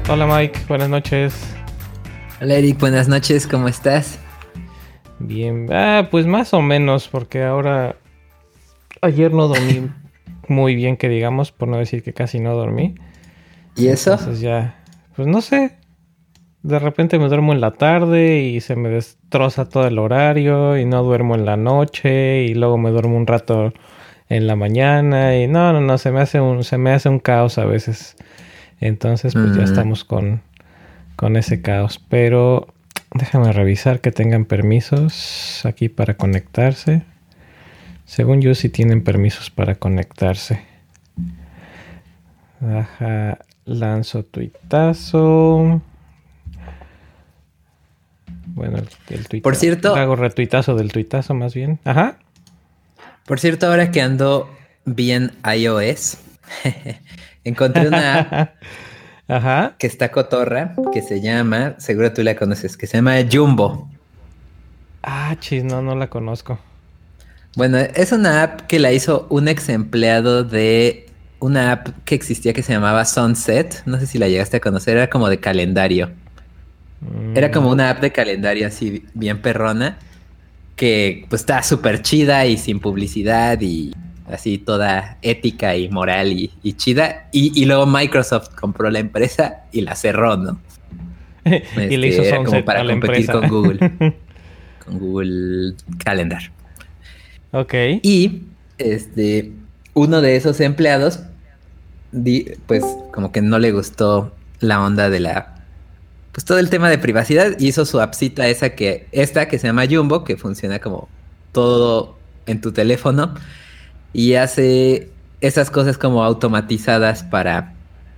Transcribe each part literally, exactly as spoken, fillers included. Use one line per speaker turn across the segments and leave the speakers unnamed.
Hola Mike, buenas noches.
Hola Eric, buenas noches, ¿cómo estás?
Bien, ah, pues más o menos, porque ahora ayer no dormí muy bien, que digamos, por no decir que casi no dormí.
¿Y eso?
Entonces ya, pues no sé, de repente me duermo en la tarde y se me destroza todo el horario y no duermo en la noche y luego me duermo un rato en la mañana y no, no, no, se me hace un, se me hace un caos a veces. Entonces pues mm. ya estamos con, con ese caos, pero déjame revisar que tengan permisos aquí para conectarse. Según yo sí tienen permisos para conectarse. Ajá, lanzo tuitazo. Bueno, el, el tuitazo.
Por cierto,
hago retuitazo del tuitazo más bien. Ajá.
Por cierto, ahora que ando bien iOS, encontré una app
Ajá.
que está cotorra, que se llama, seguro tú la conoces, que se llama Jumbo.
Ah, chis, no, no la conozco.
Bueno, es una app que la hizo un ex empleado de una app que existía que se llamaba Sunset. No sé si la llegaste a conocer, era como de calendario. Mm, era como no. una app de calendario así bien perrona, que pues está súper chida y sin publicidad y así toda ética y moral y, y chida. Y, y luego Microsoft compró la empresa y la cerró, ¿no?
y
este,
le hizo
era como para
a la
competir
empresa.
con Google. Con Google Calendar.
Ok.
Y este, uno de esos empleados, di, pues como que no le gustó la onda de la... Pues todo el tema de privacidad, y hizo su appcita esa que, esta que se llama Jumbo, que funciona como todo en tu teléfono y hace esas cosas como automatizadas para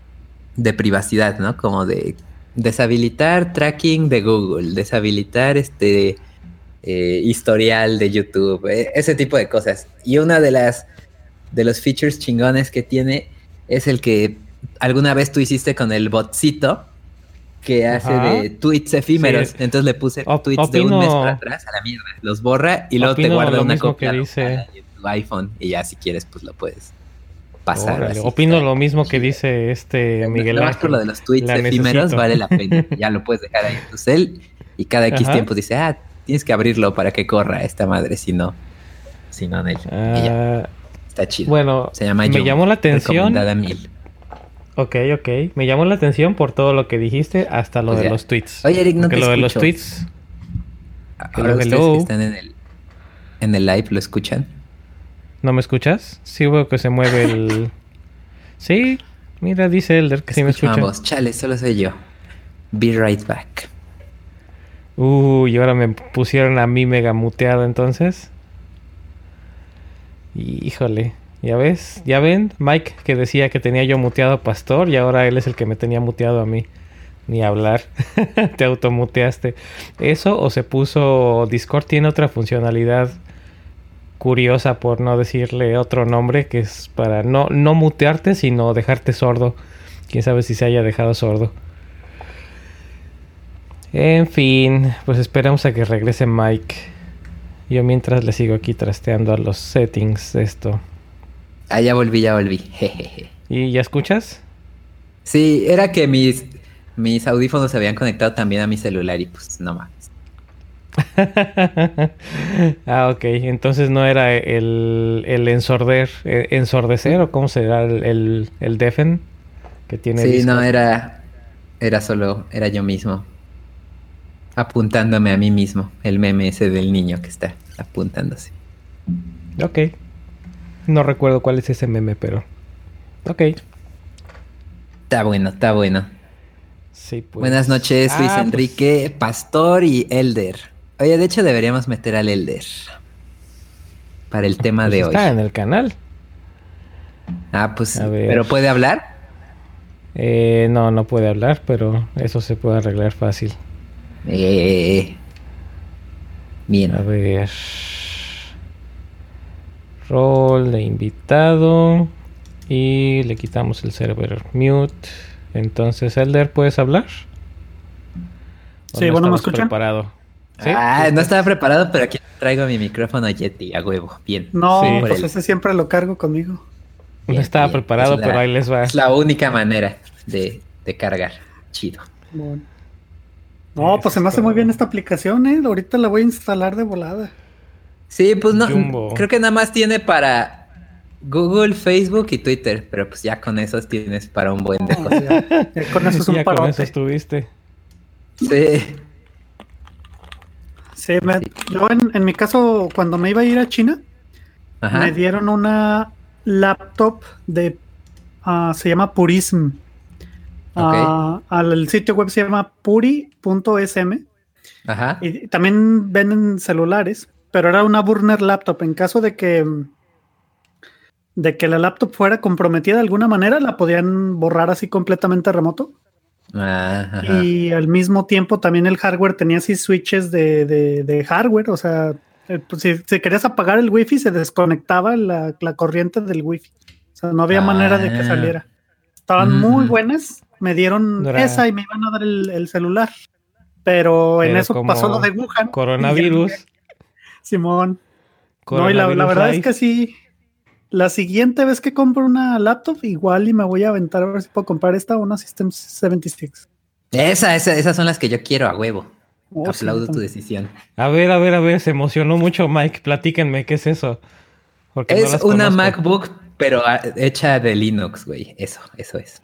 de privacidad, ¿no? Como de deshabilitar tracking de Google, deshabilitar este eh, historial de YouTube, eh, ese tipo de cosas. Y una de las de los features chingones que tiene es el que alguna vez tú hiciste con el botcito que hace Ajá. de tweets efímeros. Sí. Entonces le puse o, tweets opino, de un mes para atrás a la mierda. Los borra y luego te guarda una copia
que dice...
en tu iPhone y ya si quieres pues lo puedes pasar.
Órale,
así,
opino lo mismo que dice este Miguel
Ángel. Nada más por lo de los tweets efímeros necesito. Vale la pena. Ya lo puedes dejar ahí en tu cel y cada X Ajá. tiempo dice, ah, tienes que abrirlo para que corra esta madre, si no, si no, no. Uh, está chido.
Bueno,
se llama
me
Jumbo,
llamó la atención.
Recomendada mil.
Ok, ok. Me llamó la atención por todo lo que dijiste, hasta lo pues de ya. los tweets.
Oye, Eric, no
Porque
te
lo
escucho.
de los tweets.
Ahora ustedes hello. que están en el, en el live, ¿lo escuchan?
¿No me escuchas? Sí, veo que se mueve el... Sí, mira, dice Elder que sí me escucha.
Vamos, chale, solo soy yo. Be right back.
Uy, uh, y ahora me pusieron a mí mega muteado entonces. Híjole. ¿Ya ves? ¿Ya ven? Mike que decía que tenía yo muteado a Pastor y ahora él es el que me tenía muteado a mí. Ni hablar. Te automuteaste. ¿Eso o se puso... Discord tiene otra funcionalidad curiosa, por no decirle otro nombre, que es para no, no mutearte, sino dejarte sordo. Quién sabe si se haya dejado sordo. En fin, pues esperamos a que regrese Mike. Yo mientras le sigo aquí trasteando a los settings de esto.
Ah, ya volví, ya volví. Jejeje.
¿Y ya escuchas?
Sí, era que mis, mis audífonos se habían conectado también a mi celular y pues no más.
Ah, ok. Entonces no era el, el ensorder, el ensordecer o cómo será el, el, el deafen que tiene.
Sí, Discord. no, era, era solo, era yo mismo. Apuntándome a mí mismo. El meme ese del niño que está apuntándose.
Ok. No recuerdo cuál es ese meme, pero... Ok.
Está bueno, está bueno.
Sí, pues.
Buenas noches, Luis ah, Enrique, pues... Pastor y Elder. Oye, de hecho deberíamos meter al Elder para el tema
pues
de
está
hoy.
Está en el canal.
Ah, pues, ¿pero puede hablar?
Eh, no, no puede hablar, pero eso se puede arreglar fácil.
Eh, bien.
A ver. Rol de invitado. Y le quitamos el server mute. Entonces, Elder, ¿puedes hablar?
Sí, no bueno, ¿me escuchan?
Preparado.
¿Sí? Ah, no estaba preparado, pero aquí traigo mi micrófono Yeti a huevo. Bien.
No, sí, pues el... ese siempre lo cargo conmigo.
Bien, no estaba bien. preparado, la, pero ahí les va.
Es la única manera de, de cargar. chido.
Bueno. No, pues se me hace muy bien esta aplicación, ¿eh? Ahorita la voy a instalar de volada.
Sí, pues no,
Jumbo.
Creo que nada más tiene para Google, Facebook y Twitter, pero pues ya con esos tienes para un buen de cosas.
Ya, ya con eso es un
Ya con
parote.
eso estuviste.
Sí.
Sí, me, yo en, en mi caso, cuando me iba a ir a China,
Ajá.
me dieron una laptop de, uh, se llama Purism.
Okay.
Uh, al sitio web se llama puri punto s m.
Ajá.
Y también venden celulares, pero era una burner laptop. En caso de que de que la laptop fuera comprometida de alguna manera, la podían borrar así completamente remoto.
Ajá.
Y al mismo tiempo también el hardware tenía así switches de, de, de hardware, o sea, eh, pues si, si querías apagar el wifi se desconectaba la, la corriente del wifi, o sea, no había
ah.
manera de que saliera. Estaban
Mm.
muy buenas, me dieron
Era...
esa y me iban a dar el, el celular, pero en
pero
eso pasó lo de Wuhan.
Coronavirus.
Ya, Simón.
Coronavirus
no, y la, la verdad
life.
es que sí. La siguiente vez que compro una laptop, igual y me voy a aventar a ver si puedo comprar esta o una System setenta y seis.
Esa, esa, esas son las que yo quiero a huevo.
Oh,
Aplaudo
sí,
tu decisión.
A ver, a ver, a ver, se emocionó mucho Mike. Platíquenme, ¿qué es eso? Porque
es
no las
una
conozco.
MacBook, pero hecha de Linux, güey. Eso, eso es.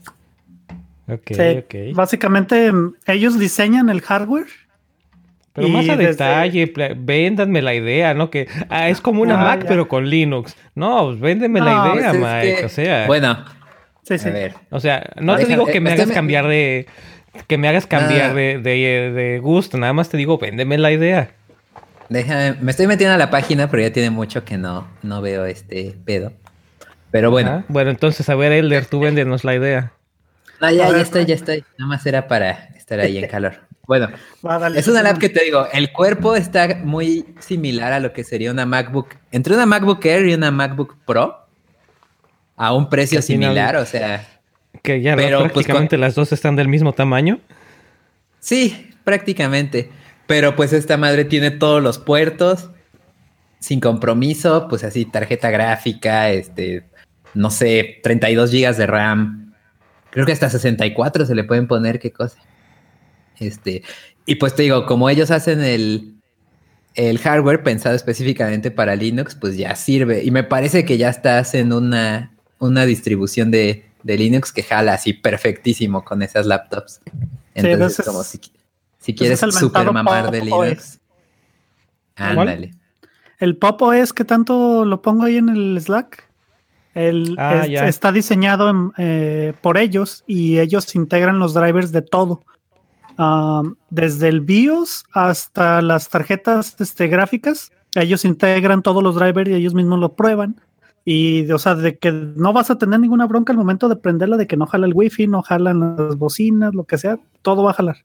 Ok,
sí,
ok.
Básicamente, ellos diseñan el hardware.
Pero
y
más a
desde...
detalle, pla- véndanme la idea, ¿no? Que ah, es como una
Ah,
Mac,
ya.
pero con Linux. No, pues véndeme la
No,
idea,
Pues es
Mike.
que-
O sea,
Bueno,
Sí, sí.
a ver.
o sea, no te
Deja-
digo que
eh,
me
estoy
hagas
me-
cambiar de. Que me hagas cambiar
Ah.
de, de, de gusto. Nada más te digo, véndeme la idea.
Déjame, me estoy metiendo a la página, pero ya tiene mucho que no, no veo este pedo. Pero bueno.
Ajá. Bueno, entonces, a ver, Elder, tú véndenos la idea.
No, ya,
A
ya
ver,
estoy, ya estoy. Nada más era para estar ahí en calor. Bueno,
Va, dale,
es una
Simón.
lap que te digo, el cuerpo está muy similar a lo que sería una MacBook, entre una MacBook Air y una MacBook Pro, a un precio
Que al final-
similar, o sea,
Que ya
Pero, pues,
prácticamente
con-
las dos están del mismo tamaño.
sí, prácticamente. Pero pues esta madre tiene todos los puertos, sin compromiso, pues así, tarjeta gráfica, este, no sé, treinta y dos gigas de RAM. Creo que hasta sesenta y cuatro se le pueden poner, qué cosa. Este, y pues te digo, como ellos hacen el, el hardware pensado específicamente para Linux, pues ya sirve. Y me parece que ya estás en una, una distribución de, de Linux que jala así perfectísimo con esas laptops. Entonces,
ese es-
como si, si quieres
es el
super
mentado
mamar de
Pop
Linux. Ándale.
El Pop O S que tanto lo pongo ahí en el Slack, el,
Ah,
es-
ya.
está diseñado en, eh, por ellos y ellos integran los drivers de todo. Um, desde el BIOS hasta las tarjetas este, gráficas, ellos integran todos los drivers y ellos mismos lo prueban. Y, o sea, de que no vas a tener ninguna bronca al momento de prenderla, de que no jala el wifi, no jalan las bocinas, lo que sea, todo va a jalar.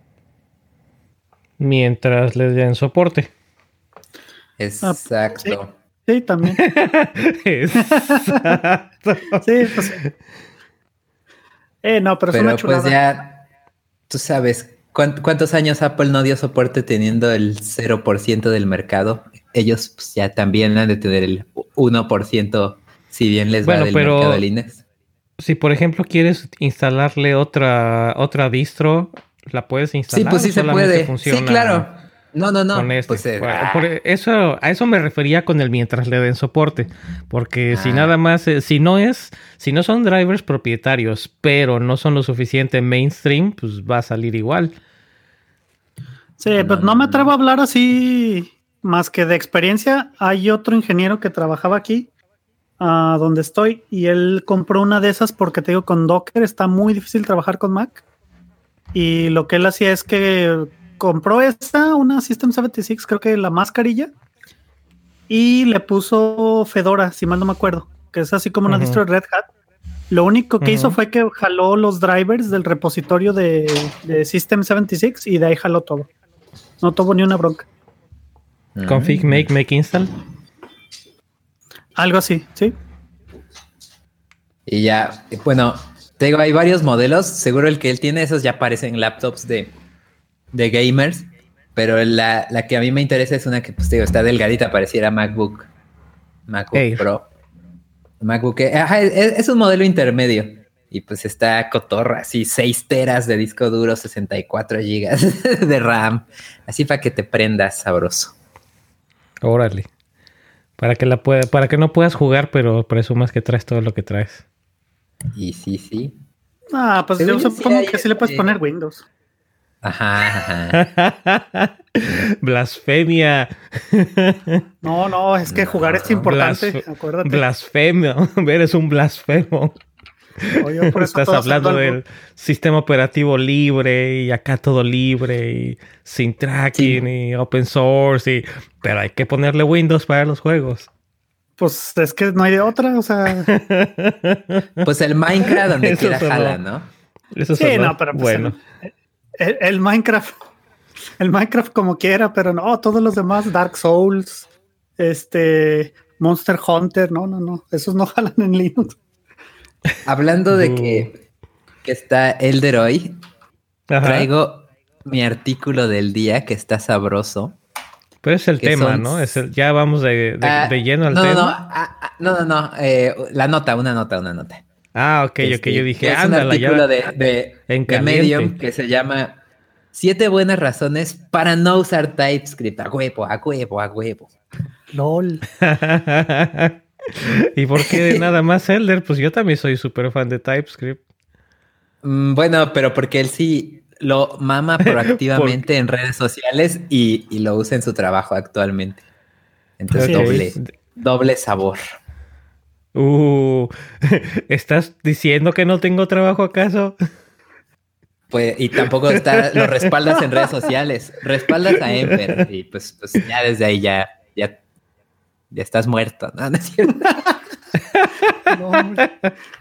Mientras les den soporte.
Exacto.
Sí, también.
Exacto.
Sí, pues sí. Eh, no, pero, es
Pero
una chulada.
pues ya, tú sabes, ¿cuánt- ¿cuántos años Apple no dio soporte teniendo el cero por ciento del mercado? Ellos pues, ya también han de tener el uno por ciento si bien les
Bueno,
va del
pero-
mercado de Linux.
Si por ejemplo quieres instalarle otra otra distro, la puedes instalar.
Sí, pues sí
¿O
se
solamente
puede. Sí,
funciona
claro. No, no, no.
Con este.
Pues, eh,
Por-
ah,
por eso, a eso me refería con el mientras le den soporte. Porque si
Ah.
nada más, eh, si no es, si no son drivers propietarios, pero no son lo suficiente mainstream, pues va a salir igual.
Sí,
No,
pero
no,
no me
no.
atrevo a hablar así más que de experiencia. Hay otro ingeniero que trabajaba aquí, ah, donde estoy, y él compró una de esas porque te digo, con Docker está muy difícil trabajar con Mac. Y lo que él hacía es que compró esta, una System setenta y seis, creo que la mascarilla, y le puso Fedora, si mal no me acuerdo, que es así como una
Ujú.
distro de Red Hat. Lo único que
Ujú.
hizo fue que jaló los drivers del repositorio de, de System setenta y seis y de ahí jaló todo. No tuvo ni una bronca.
mm.
Config make make install.
Algo así, ¿sí?
Y ya, bueno, te digo, hay varios modelos. Seguro el que él tiene, esos ya parecen laptops de, de gamers. Pero la, la que a mí me interesa es una que, pues, te digo, está delgadita, pareciera MacBook. MacBook
Air.
Pro. MacBook Air. Ajá, es, es un modelo intermedio. Y pues está cotorra, así seis teras de disco duro, sesenta y cuatro gigas de RAM. Así para que te prendas sabroso.
Órale. Para que la pueda, para que no puedas jugar, pero presumas que traes todo lo que traes.
Y sí, sí.
Ah, pues
Según
yo
yo sí
supongo
hay,
que sí le puedes
este-
poner Windows.
Ajá, ajá.
Blasfemia.
No, no, es que jugar es
No.
importante,
Blasf-
acuérdate.
Blasfemio. Eres un blasfemo.
O yo por eso
Estás
todo
hablando
usando
del
algo.
sistema operativo libre y acá todo libre y sin tracking
Sí.
y open source y... Pero hay que ponerle Windows para los juegos.
Pues es que no hay de otra, o sea.
Pues el Minecraft donde
Eso
quiera
sonó-
jala, ¿no?
Eso
Sí,
sonó
no, pero pues
bueno.
el, el- el Minecraft, el Minecraft como quiera, pero no, todos los demás, Dark Souls, este, Monster Hunter, no, no, no, esos no jalan en Linux.
Hablando de
Bu.
que, que está Elder hoy,
Ajá.
traigo mi artículo del día que está sabroso.
Pero es el
que
tema,
son-
¿no? Es el- ya vamos de, de-
Ah,
de lleno al
no, no, no,
tema.
ah, ah, no, no, no, eh, la nota, una nota, una nota.
Ah, ok, ok.
Este,
Yo
que
dije,
es un
ándala,
artículo
ya.
de, de,
en
de
caliente.
Medium que se llama Siete buenas razones para no usar TypeScript. A huevo, a huevo, a huevo.
LOL.
¿Y por qué nada más Elder? Pues yo también soy súper fan de TypeScript.
Mm, bueno, pero porque él sí lo mama proactivamente en redes sociales y, y lo usa en su trabajo actualmente. Entonces,
Sí.
doble, doble sabor.
Uh, ¿estás diciendo que no tengo trabajo acaso?
Pues, y tampoco está, lo respaldas en redes sociales. Respaldas a Emper y pues, pues ya desde ahí ya, ya, ya estás muerto, ¿no? ¿No es cierto?
No, hombre.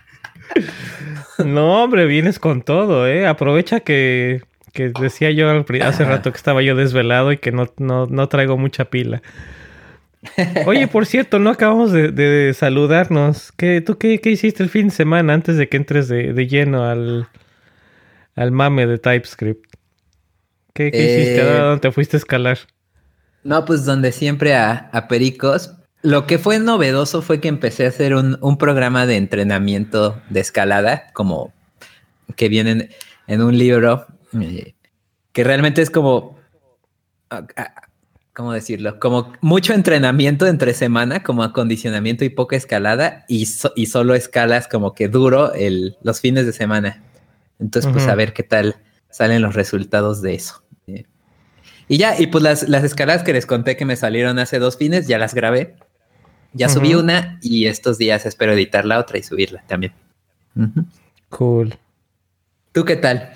No, hombre, vienes con todo, ¿eh? Aprovecha que, que decía yo al pri- hace rato que estaba yo desvelado y que no, no, no traigo mucha pila. Oye, por cierto, no acabamos de, de saludarnos. ¿Qué, ¿Tú qué, qué hiciste el fin de semana antes de que entres de, de lleno al, al mame de TypeScript? ¿Qué, qué
Eh,
hiciste? ¿A dónde te fuiste a escalar?
No, pues donde siempre a, a Pericos. Lo que fue novedoso fue que empecé a hacer un, un programa de entrenamiento de escalada, como que viene en, en un libro, eh, que realmente es como, ah, ah, ¿cómo decirlo? Como mucho entrenamiento entre semana, como acondicionamiento y poca escalada, y, so- y solo escalas como que duro el, los fines de semana. Entonces, pues
Ujú.
a ver qué tal salen los resultados de eso. Eh, Y ya, y pues las, las escaladas que les conté que me salieron hace dos fines, ya las grabé. Ya subí
Ujú.
una y estos días espero editar la otra y subirla también. Ujú.
Cool.
¿Tú qué tal?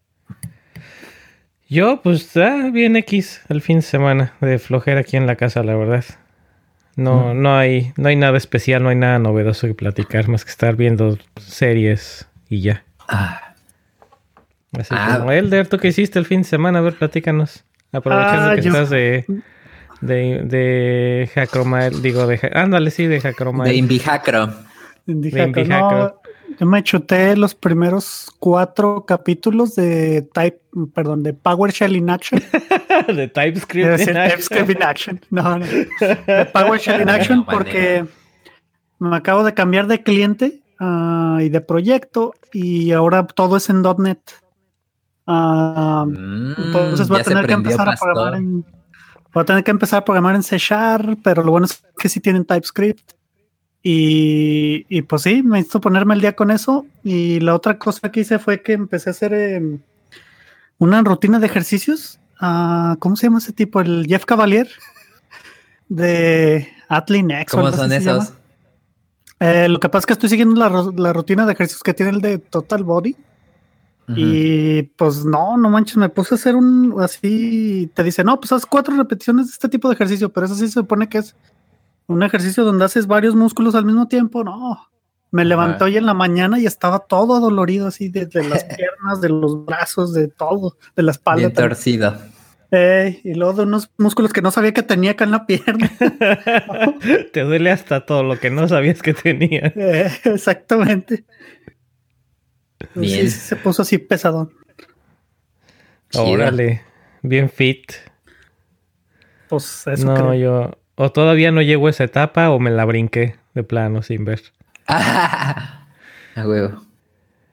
Yo, pues, ah, bien X el fin de semana de flojera aquí en la casa, la verdad. No, no hay, no hay nada especial, no hay nada novedoso que platicar, más que estar viendo series y ya.
Ah,
Así
Ah.
como, Elder, ¿tú qué hiciste el fin de semana? A ver, platícanos. Aprovechando
Ah,
que
yo-
estás de, de, de Jacromael, digo, de, Ja- ándale, sí, de
de
Jacromael.
Invihacro.
Dije,
De
no,
Invihacro.
yo me chuté los primeros cuatro capítulos de Type, perdón, de PowerShell in Action.
de TypeScript.
Iba a decir
in action.
TypeScript in Action. No, no. De PowerShell in Action
Bueno,
porque me acabo de cambiar de cliente ah, y de proyecto y ahora todo es en .NET. Ah,
Mm,
entonces voy
ya
a
se
tener que
prendió
empezar a
Pastor.
programar en voy a tener que empezar a programar en C Sharp, pero lo bueno es que sí tienen TypeScript. Y, y pues sí, me hizo ponerme el día con eso. Y la otra cosa que hice fue que empecé a hacer eh, una rutina de ejercicios. Ah, ¿cómo se llama ese tipo? El Jeff Cavalier de Atlinex.
¿Cómo son esos?
Eh, lo que pasa es que estoy siguiendo la, ru- la rutina de ejercicios que tiene el de Total Body.
Ujú.
Y pues no, no manches, me puse a hacer un así. Te dice, no, pues haz cuatro repeticiones de este tipo de ejercicio, pero eso sí se supone que es un ejercicio donde haces varios músculos al mismo tiempo. No, me
Ajá.
levanté hoy en la mañana y estaba todo dolorido, así desde las piernas, de los brazos, de todo, de la espalda.
Bien
también.
torcido.
Eh, y luego de unos músculos que no sabía que tenía acá en la pierna.
Te duele hasta todo lo que no sabías que tenía.
Eh, exactamente.
Bien.
Sí, sí, se puso así pesadón.
Chido.
Órale, bien fit.
Pues eso
No,
creo.
yo... O todavía no llego a esa etapa o me la brinqué de plano sin ver.
A huevo.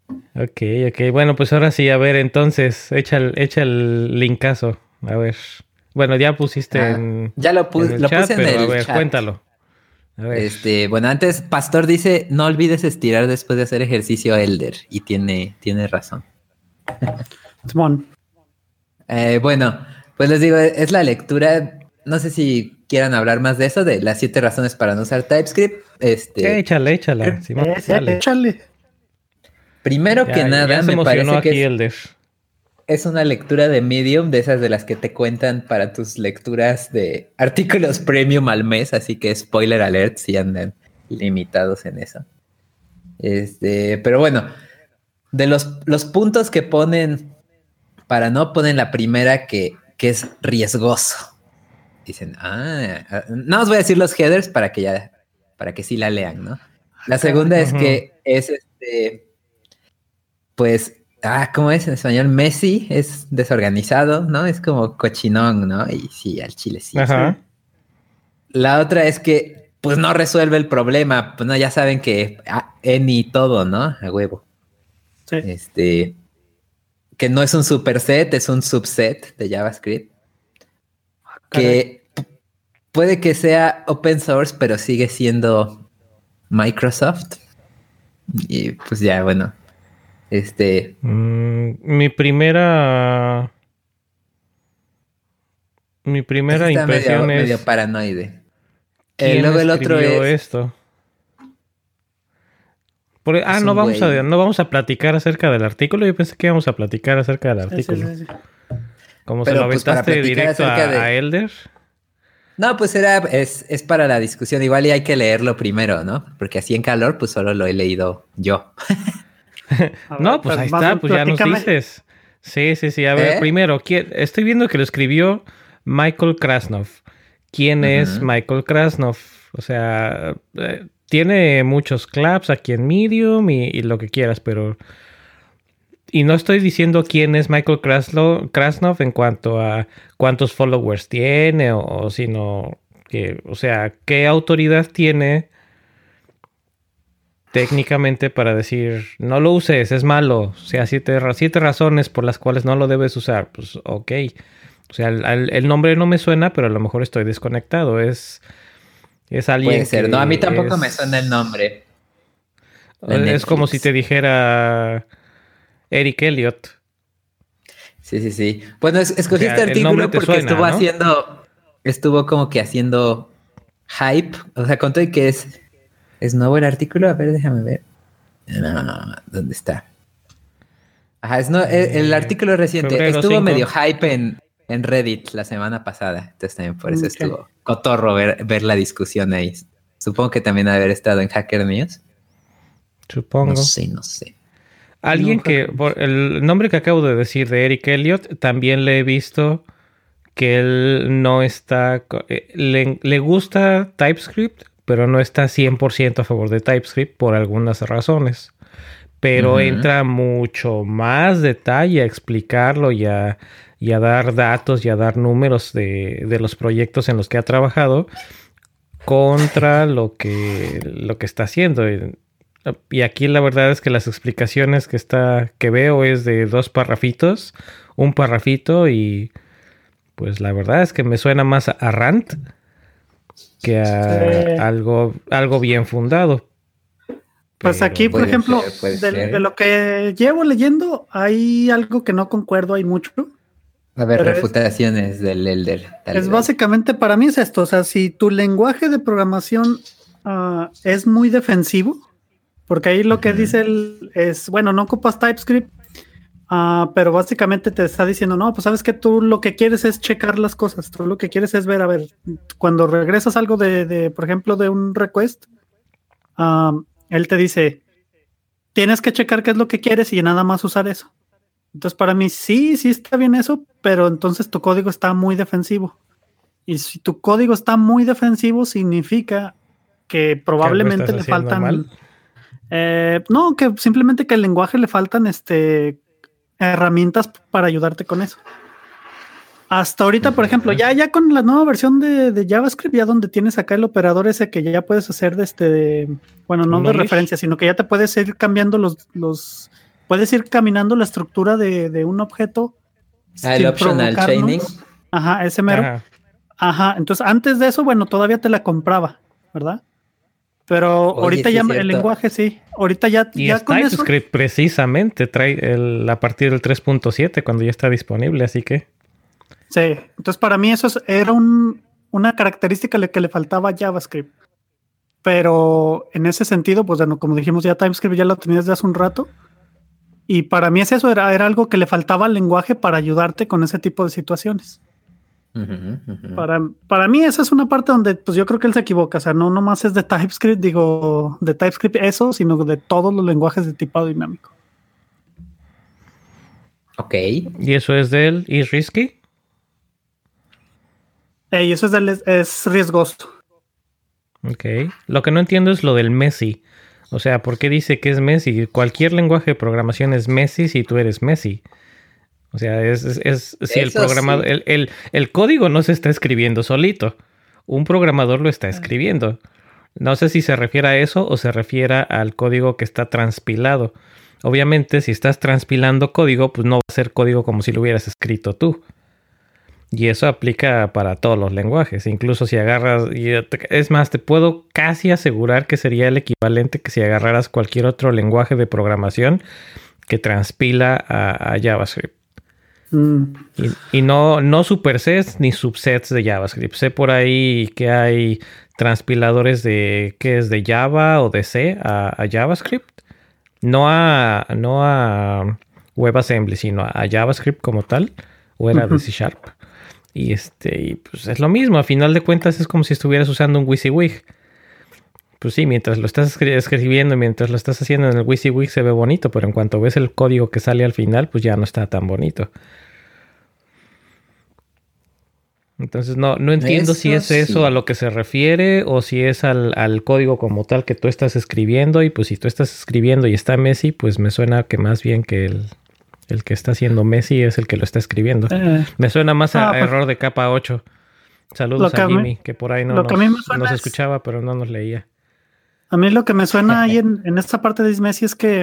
Ok, ok. Bueno, pues ahora sí, a ver, entonces, echa el, echa el linkazo. A ver. Bueno, ya pusiste
Ah,
en,
ya lo,
en
pu-
el
lo
chat,
puse en
pero a
el
ver,
chat.
cuéntalo. A ver.
Este, bueno, antes Pastor dice, no olvides estirar después de hacer ejercicio Elder. Y tiene, tiene razón.
Simón.
Eh, bueno, pues les digo, es la lectura. No sé si quieran hablar más de eso, de las siete razones para no usar TypeScript. Este,
Échale, échala, Simón,
Eh,
dale.
échale.
primero que
Ya, ya
nada,
se
me
emocionó
parece que
aquí
es,
Elder.
es una lectura de Medium, de esas de las que te cuentan para tus lecturas de artículos premium al mes, así que spoiler alert si andan limitados en eso. Este, pero bueno, de los, los puntos que ponen para no ponen la primera que, que es riesgoso. Dicen, ah, ah, no os voy a decir los headers para que ya, para que sí la lean, ¿no? La segunda es
Ujú.
que es este, pues, ah, ¿cómo es en español? Messy, es desorganizado, ¿no? Es como cochinón, ¿no? Y sí, al chile sí.
Ajá.
La otra es que, pues, no resuelve el problema. Pues, no, ya saben que ah, any todo, ¿no? A huevo.
Sí.
Este, que no es un superset, es un subset de JavaScript. Que p- puede que sea open source, pero sigue siendo Microsoft. Y pues ya, bueno. Este,
Mm, mi primera. Mi
ese
primera
está
impresión
medio, medio
es.
paranoide. Eh,
¿Quién
luego el otro
escribió
es,
esto? Por- ah,
es
no
un
vamos a,
güey.
no vamos a platicar acerca del artículo. Yo pensé que íbamos a platicar acerca del
Sí, sí,
artículo.
sí, sí.
Como se lo
Pero pues para
aventaste
platicar
directo
acerca
a, a
de...
Elder.
No, pues era, es, es para la discusión. Igual y hay que leerlo primero, ¿no? Porque así en calor, pues solo lo he leído yo.
A ver,
No, pues ahí
más
está,
bien
pues ya nos
platícame.
dices. Sí, sí, sí. A ver,
¿Eh?
primero, ¿quién? Estoy viendo que lo escribió Michael Krasnov. ¿Quién es
Ujú.
Michael Krasnov? O sea, eh, tiene muchos claps aquí en Medium y, y lo que quieras, pero... Y no estoy diciendo quién es Michael Kraslo- Krasnov en cuanto a cuántos followers tiene, o, o sino que, o sea, qué autoridad tiene técnicamente para decir no lo uses, es malo. O sea, siete, ra- siete razones por las cuales no lo debes usar. Pues ok. O sea, el, el- el nombre no me suena, pero a lo mejor estoy desconectado. Es, es
Puede
alguien
ser. No, a mí
que
tampoco me suena el
es...
nombre de
Es como si te
Netflix.
dijera Eric Elliott.
Sí, sí, sí. Bueno, es-
O
escogí
sea,
este
el nombre
artículo
te
porque
suena,
estuvo
¿no?
haciendo, estuvo como que haciendo hype. O sea, con todo y que es, es nuevo el artículo. A ver, déjame ver. No, ¿dónde está? Ajá, es no, el, el
Eh,
artículo es reciente.
febrero
Estuvo
cinco.
medio hype en, en Reddit la semana pasada. Entonces también por eso
Ok.
estuvo cotorro ver, ver la discusión ahí. Supongo que también haber estado en Hacker News. No
Supongo.
sé, no sé.
No,
Alguien que,
Hackers.
por el nombre que acabo de decir de Eric Elliott, también le he visto que él no está, co- eh, le, le gusta TypeScript, pero no está cien por ciento a favor de TypeScript por algunas razones. Pero
Ujú.
entra mucho más detalle a explicarlo y a, y a dar datos y a dar números de, de los proyectos en los que ha trabajado contra lo que, lo que está haciendo. Y, y aquí la verdad es que las explicaciones que está, que veo es de dos parrafitos, un parrafito, y pues la verdad es que me suena más a rant que a
Sí.
algo, algo bien fundado.
Pues
Pero
aquí, por
Puede
ejemplo,
ser, puede
de,
ser.
de lo que llevo leyendo, hay algo que no concuerdo, hay mucho,
A ver,
pero es,
refutaciones del Elder. Dale,
es
dale.
básicamente, para mí es esto, o sea, si tu lenguaje de programación ah, es muy defensivo, porque ahí lo que
Ujú.
dice él es, bueno, no ocupas TypeScript, ah, pero básicamente te está diciendo, no, pues sabes que tú lo que quieres es checar las cosas, tú lo que quieres es ver, a ver, cuando regresas algo de, de por ejemplo, de un request, ah, él te dice, tienes que checar qué es lo que quieres y nada más usar eso. Entonces, para mí sí, sí está bien eso, pero entonces tu código está muy defensivo. Y si tu código está muy defensivo, significa que
que algo estás
probablemente le
haciendo mal.
faltan, eh, no, que simplemente que al lenguaje le faltan este, herramientas para ayudarte con eso. Hasta ahorita, por ejemplo, ya, ya con la nueva versión de, de JavaScript, ya donde tienes acá el operador ese que ya puedes hacer de este, de, bueno, no
Un
de
Unleash.
referencia, sino que ya te puedes ir cambiando los, los puedes ir caminando la estructura de, de un objeto.
Ah, el optional chaining.
Ajá, ese mero. Ajá. Ajá, entonces antes de eso, bueno, todavía te la compraba, ¿verdad? Pero Oye, ahorita sí ya el lenguaje sí, ahorita ya,
y
ya
es con TypeScript eso, precisamente trae el, a partir del tres punto siete cuando ya está disponible, así que
sí, entonces para mí eso es, era un, una característica que le faltaba a JavaScript, pero en ese sentido, pues bueno, como dijimos ya TypeScript ya lo tenías desde hace un rato y para mí es eso, era, era algo que le faltaba al lenguaje para ayudarte con ese tipo de situaciones. Uh-huh, uh-huh. Para, para mí esa es una parte donde pues yo creo que él se equivoca, o sea, no nomás es de TypeScript, digo, de TypeScript eso, sino de todos los lenguajes de tipado dinámico.
Ok.
¿Y eso es del is risky?
Eh, y eso es, del, es riesgoso.
Ok. Lo que no entiendo es lo del messy. O sea, ¿por qué dice que es messy? Cualquier lenguaje de programación es messy si tú eres messy. O sea, es, es, es si el programador, sí. el, el, el código no se está escribiendo solito. Un programador lo está escribiendo. No sé si se refiere a eso o se refiere al código que está transpilado. Obviamente, si estás transpilando código, pues no va a ser código como si lo hubieras escrito tú. Y eso aplica para todos los lenguajes. Incluso si agarras... Es más, te puedo casi asegurar que sería el equivalente que si agarraras cualquier otro lenguaje de programación que transpila a, a JavaScript. Mm. Y, y no, no supersets ni subsets de JavaScript. Sé por ahí que hay transpiladores de ¿qué es? De Java o de C a, a JavaScript. No a, no a WebAssembly, sino a JavaScript como tal. O era uh-huh. de C Sharp. Y este, y pues es lo mismo. A final de cuentas es como si estuvieras usando un WYSIWYG. Pues sí, mientras lo estás escribiendo, mientras lo estás haciendo en el WYSIWYG se ve bonito, pero en cuanto ves el código que sale al final, pues ya no está tan bonito. Entonces no, no entiendo eso si es eso sí. a lo que se refiere o si es al, al código como tal que tú estás escribiendo. Y pues si tú estás escribiendo y está Messi, pues me suena que más bien que el, el que está haciendo Messi es el que lo está escribiendo. Eh, me suena más a, ah, pues, error de capa ocho. Saludos a Jimmy, me, que por ahí no nos, nos escuchaba, pero no nos leía.
A mí lo que me suena ahí en, en esta parte de Messi es que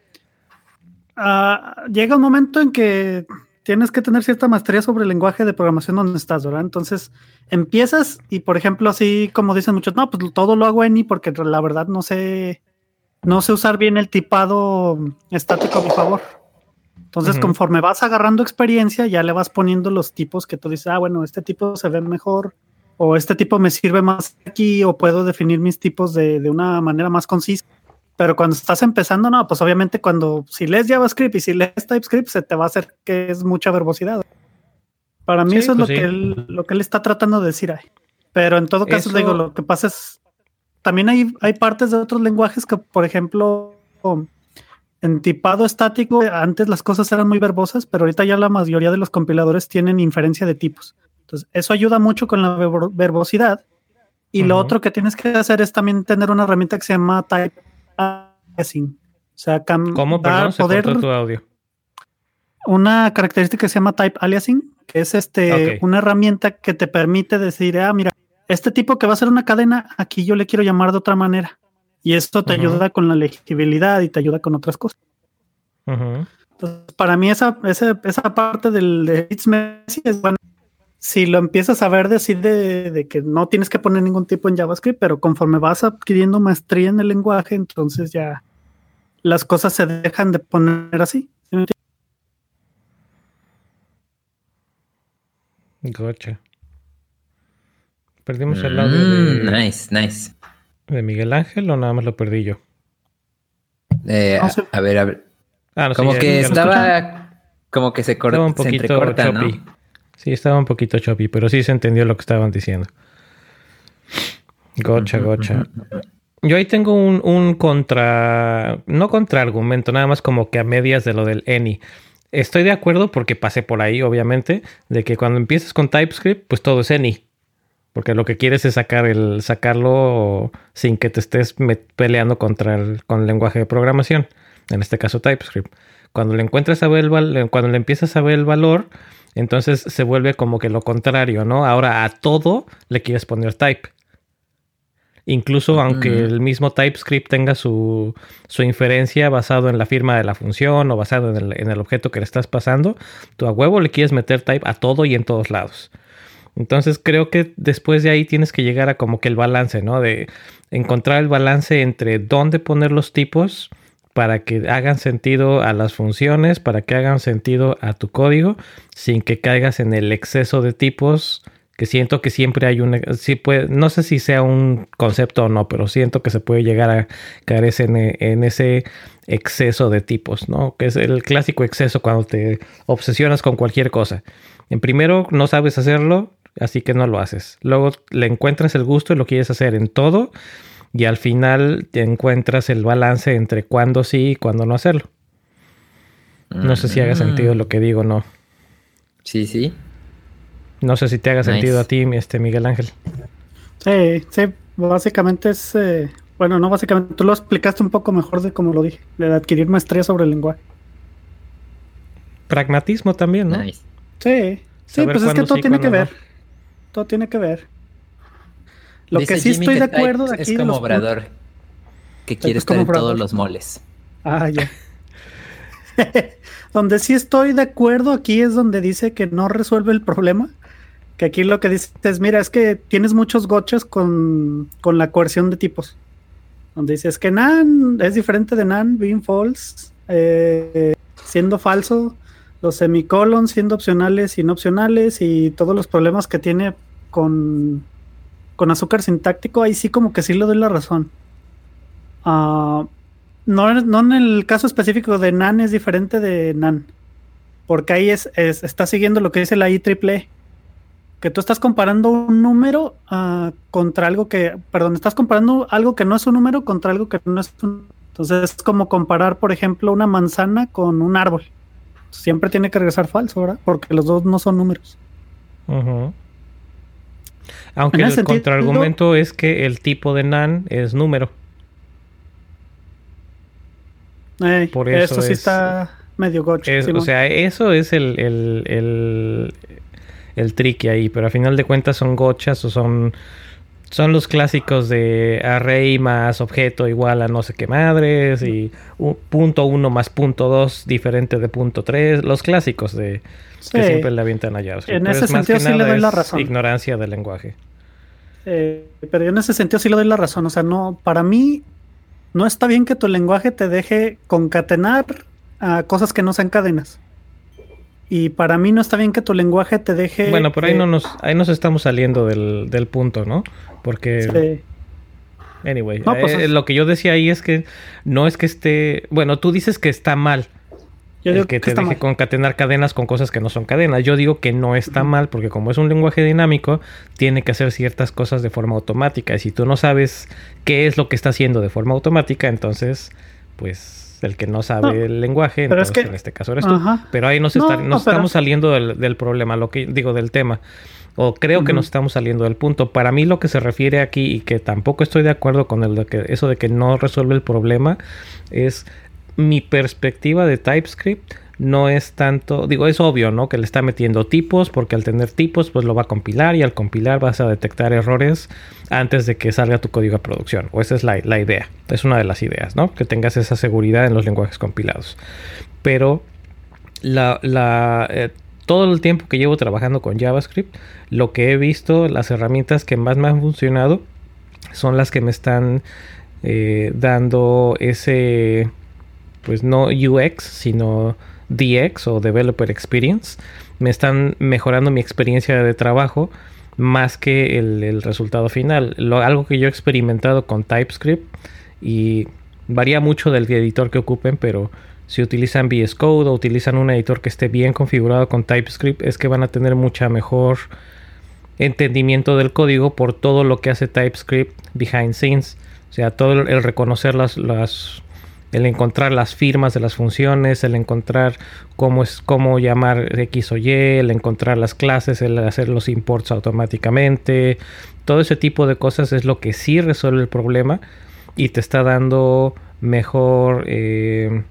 uh, llega un momento en que tienes que tener cierta maestría sobre el lenguaje de programación donde estás, ¿verdad? Entonces empiezas y, por ejemplo, así como dicen muchos, no, pues todo lo hago en I porque la verdad no sé, no sé usar bien el tipado estático a mi favor. Entonces, uh-huh. conforme vas agarrando experiencia, ya le vas poniendo los tipos que tú dices, ah, bueno, este tipo se ve mejor, o este tipo me sirve más aquí, o puedo definir mis tipos de, de una manera más concisa. Pero cuando estás empezando, no, pues obviamente cuando si lees JavaScript y si lees TypeScript, se te va a hacer que es mucha verbosidad. Para mí sí, eso es pues lo, sí. que él, lo que él está tratando de decir ahí. Pero en todo caso, eso... digo, lo que pasa es, también hay, hay partes de otros lenguajes que, por ejemplo, en tipado estático, antes las cosas eran muy verbosas, pero ahorita ya la mayoría de los compiladores tienen inferencia de tipos. Entonces, eso ayuda mucho con la ver- verbosidad. Y uh-huh. lo otro que tienes que hacer es también tener una herramienta que se llama Type Aliasing. O sea, cam-
¿Cómo? Perdón, se poder, cortó tu audio.
Una característica que se llama Type Aliasing, que es este okay. una herramienta que te permite decir, ah, mira, este tipo que va a ser una cadena, aquí yo le quiero llamar de otra manera. Y esto te uh-huh. ayuda con la legibilidad y te ayuda con otras cosas. Uh-huh. Entonces, para mí esa, esa, esa parte del de It's Messy es bueno. Si lo empiezas a ver decir de, de que no tienes que poner ningún tipo en JavaScript, pero conforme vas adquiriendo maestría en el lenguaje, entonces ya las cosas se dejan de poner así. ¿Sí me
entiendes? Gotcha. Perdimos mm, el audio de...
Nice, nice.
¿De Miguel Ángel o nada más lo perdí yo?
Eh, no sé. a, a ver, a ver. Ah, no, como sí, que estaba... Como que se, cor-
un poquito
se entrecorta,
choppy.
¿no?
Sí, estaba un poquito choppy, pero sí se entendió lo que estaban diciendo. Gocha, gocha. Yo ahí tengo un, un contra... No contraargumento, nada más como que a medias de lo del any. Estoy de acuerdo porque pasé por ahí, obviamente, de que cuando empiezas con TypeScript, pues todo es any. Porque lo que quieres es sacar el, sacarlo sin que te estés peleando contra el, con el lenguaje de programación. En este caso TypeScript. Cuando le encuentras a ver el, cuando le empiezas a ver el valor, entonces se vuelve como que lo contrario, ¿no? Ahora a todo le quieres poner type. Incluso aunque
Mm.
el mismo TypeScript tenga su, su inferencia basado en la firma de la función o basado en el, en el objeto que le estás pasando, tú a huevo le quieres meter type a todo y en todos lados. Entonces creo que después de ahí tienes que llegar a como que el balance, ¿no? De encontrar el balance entre dónde poner los tipos para que hagan sentido a las funciones, para que hagan sentido a tu código, sin que caigas en el exceso de tipos, que siento que siempre hay un... Sí puede, no sé si sea un concepto o no, pero siento que se puede llegar a caer en, en ese exceso de tipos, ¿no? Que es el clásico exceso cuando te obsesionas con cualquier cosa. En primero, no sabes hacerlo, así que no lo haces. Luego le encuentras el gusto y lo quieres hacer en todo, y al final te encuentras el balance entre cuándo sí y cuándo no hacerlo. No sé si haga sentido lo que digo o no.
Sí, sí.
No sé si te haga
Nice.
sentido a ti, este Miguel Ángel.
Sí, sí, básicamente es, eh, bueno, no básicamente, tú lo explicaste un poco mejor de como lo dije, de adquirir maestría sobre el lenguaje.
Pragmatismo también, ¿no?
Nice.
Sí, sí,
Saber
pues es que
cuándo
todo
sí,
tiene que
cuándo
ver,
no.
todo tiene que ver. Lo
Dice
que sí
Jimmy
estoy de
que
acuerdo de
Type
aquí
es
de
como
los
Obrador, que quiere
es
estar
como
en todos
Obrador.
los moles.
Ah, ya. Donde sí estoy de acuerdo aquí es donde dice que no resuelve el problema. Que aquí lo que dice es, mira, es que tienes muchos gotchas con, con la coerción de tipos. Donde dice, es que nan es diferente de nan, being false, eh, siendo falso, los semicolons siendo opcionales y no opcionales, y todos los problemas que tiene con, con azúcar sintáctico, ahí sí como que sí le doy la razón. Ah... No, no en el caso específico de nan es diferente de nan, porque ahí es, es está siguiendo lo que dice la I triple E, que tú estás comparando un número uh, contra algo que, perdón, estás comparando algo que no es un número contra algo que no es un. Entonces es como comparar, por ejemplo, una manzana con un árbol. Siempre tiene que regresar falso, ¿verdad? Porque los dos no son números.
Uh-huh. Aunque
En
el
ese sentido,
contraargumento es que el tipo de nan es número.
Eh,
Por eso
eso sí
es-
está medio gocho.
Es- o
Simón.
sea, eso es el, el, el, el tricky ahí, pero a final de cuentas son gochas o son, son los clásicos de array más objeto igual a no sé qué madres y un, punto uno más punto dos diferente de punto tres, los clásicos de que
Sí.
siempre le avientan a JavaScript.
En
Pero
ese
es más
sentido
que
sí le
nada
doy la
es
razón.
ignorancia del lenguaje.
Eh, pero yo en ese sentido sí le doy la razón. O sea, no, para mí no está bien que tu lenguaje te deje concatenar a cosas que no sean cadenas. Y para mí no está bien que tu lenguaje te deje.
Bueno, por ahí
eh,
no nos, ahí nos estamos saliendo del, del punto, ¿no? Porque
sí.
anyway,
No, pues
eh,
es-
lo que yo decía ahí es que no es que esté, bueno, tú dices que está mal
Yo
el
digo
que
que
te
está
deje
mal.
concatenar cadenas con cosas que no son cadenas. Yo digo que no está
Ujú.
mal porque como es un lenguaje dinámico, tiene que hacer ciertas cosas de forma automática. Y si tú no sabes qué es lo que está haciendo de forma automática, entonces, pues el que no sabe
No,
el lenguaje,
pero es
entonces
que-
en este caso eres tú.
Ajá.
Pero ahí nos,
No,
está- nos
pero-
estamos saliendo del, del problema, lo que digo del tema. O creo que
Ujú.
nos estamos saliendo del punto. Para mí lo que se refiere aquí y que tampoco estoy de acuerdo con el de que, eso de que no resuelve el problema es mi perspectiva de TypeScript. No es tanto, digo, es obvio, ¿no? Que le está metiendo tipos, porque al tener tipos, pues lo va a compilar y al compilar vas a detectar errores antes de que salga tu código a producción. O esa es la, la idea, es una de las ideas, ¿no? Que tengas esa seguridad en los lenguajes compilados. Pero la, la, eh, todo el tiempo que llevo trabajando con JavaScript, lo que he visto, las herramientas que más me han funcionado son las que me están eh, dando ese, pues no U X, sino D X o Developer Experience. Me están mejorando mi experiencia de trabajo más que el, el resultado final. Lo, algo que yo he experimentado con TypeScript y varía mucho del editor que ocupen, pero si utilizan V S Code o utilizan un editor que esté bien configurado con TypeScript, es que van a tener mucha mejor entendimiento del código por todo lo que hace TypeScript behind scenes. O sea, todo el, el reconocer las, las el encontrar las firmas de las funciones, el encontrar cómo es cómo llamar X o Y, el encontrar las clases, el hacer los imports automáticamente, todo ese tipo de cosas es lo que sí resuelve el problema y te está dando mejor eh,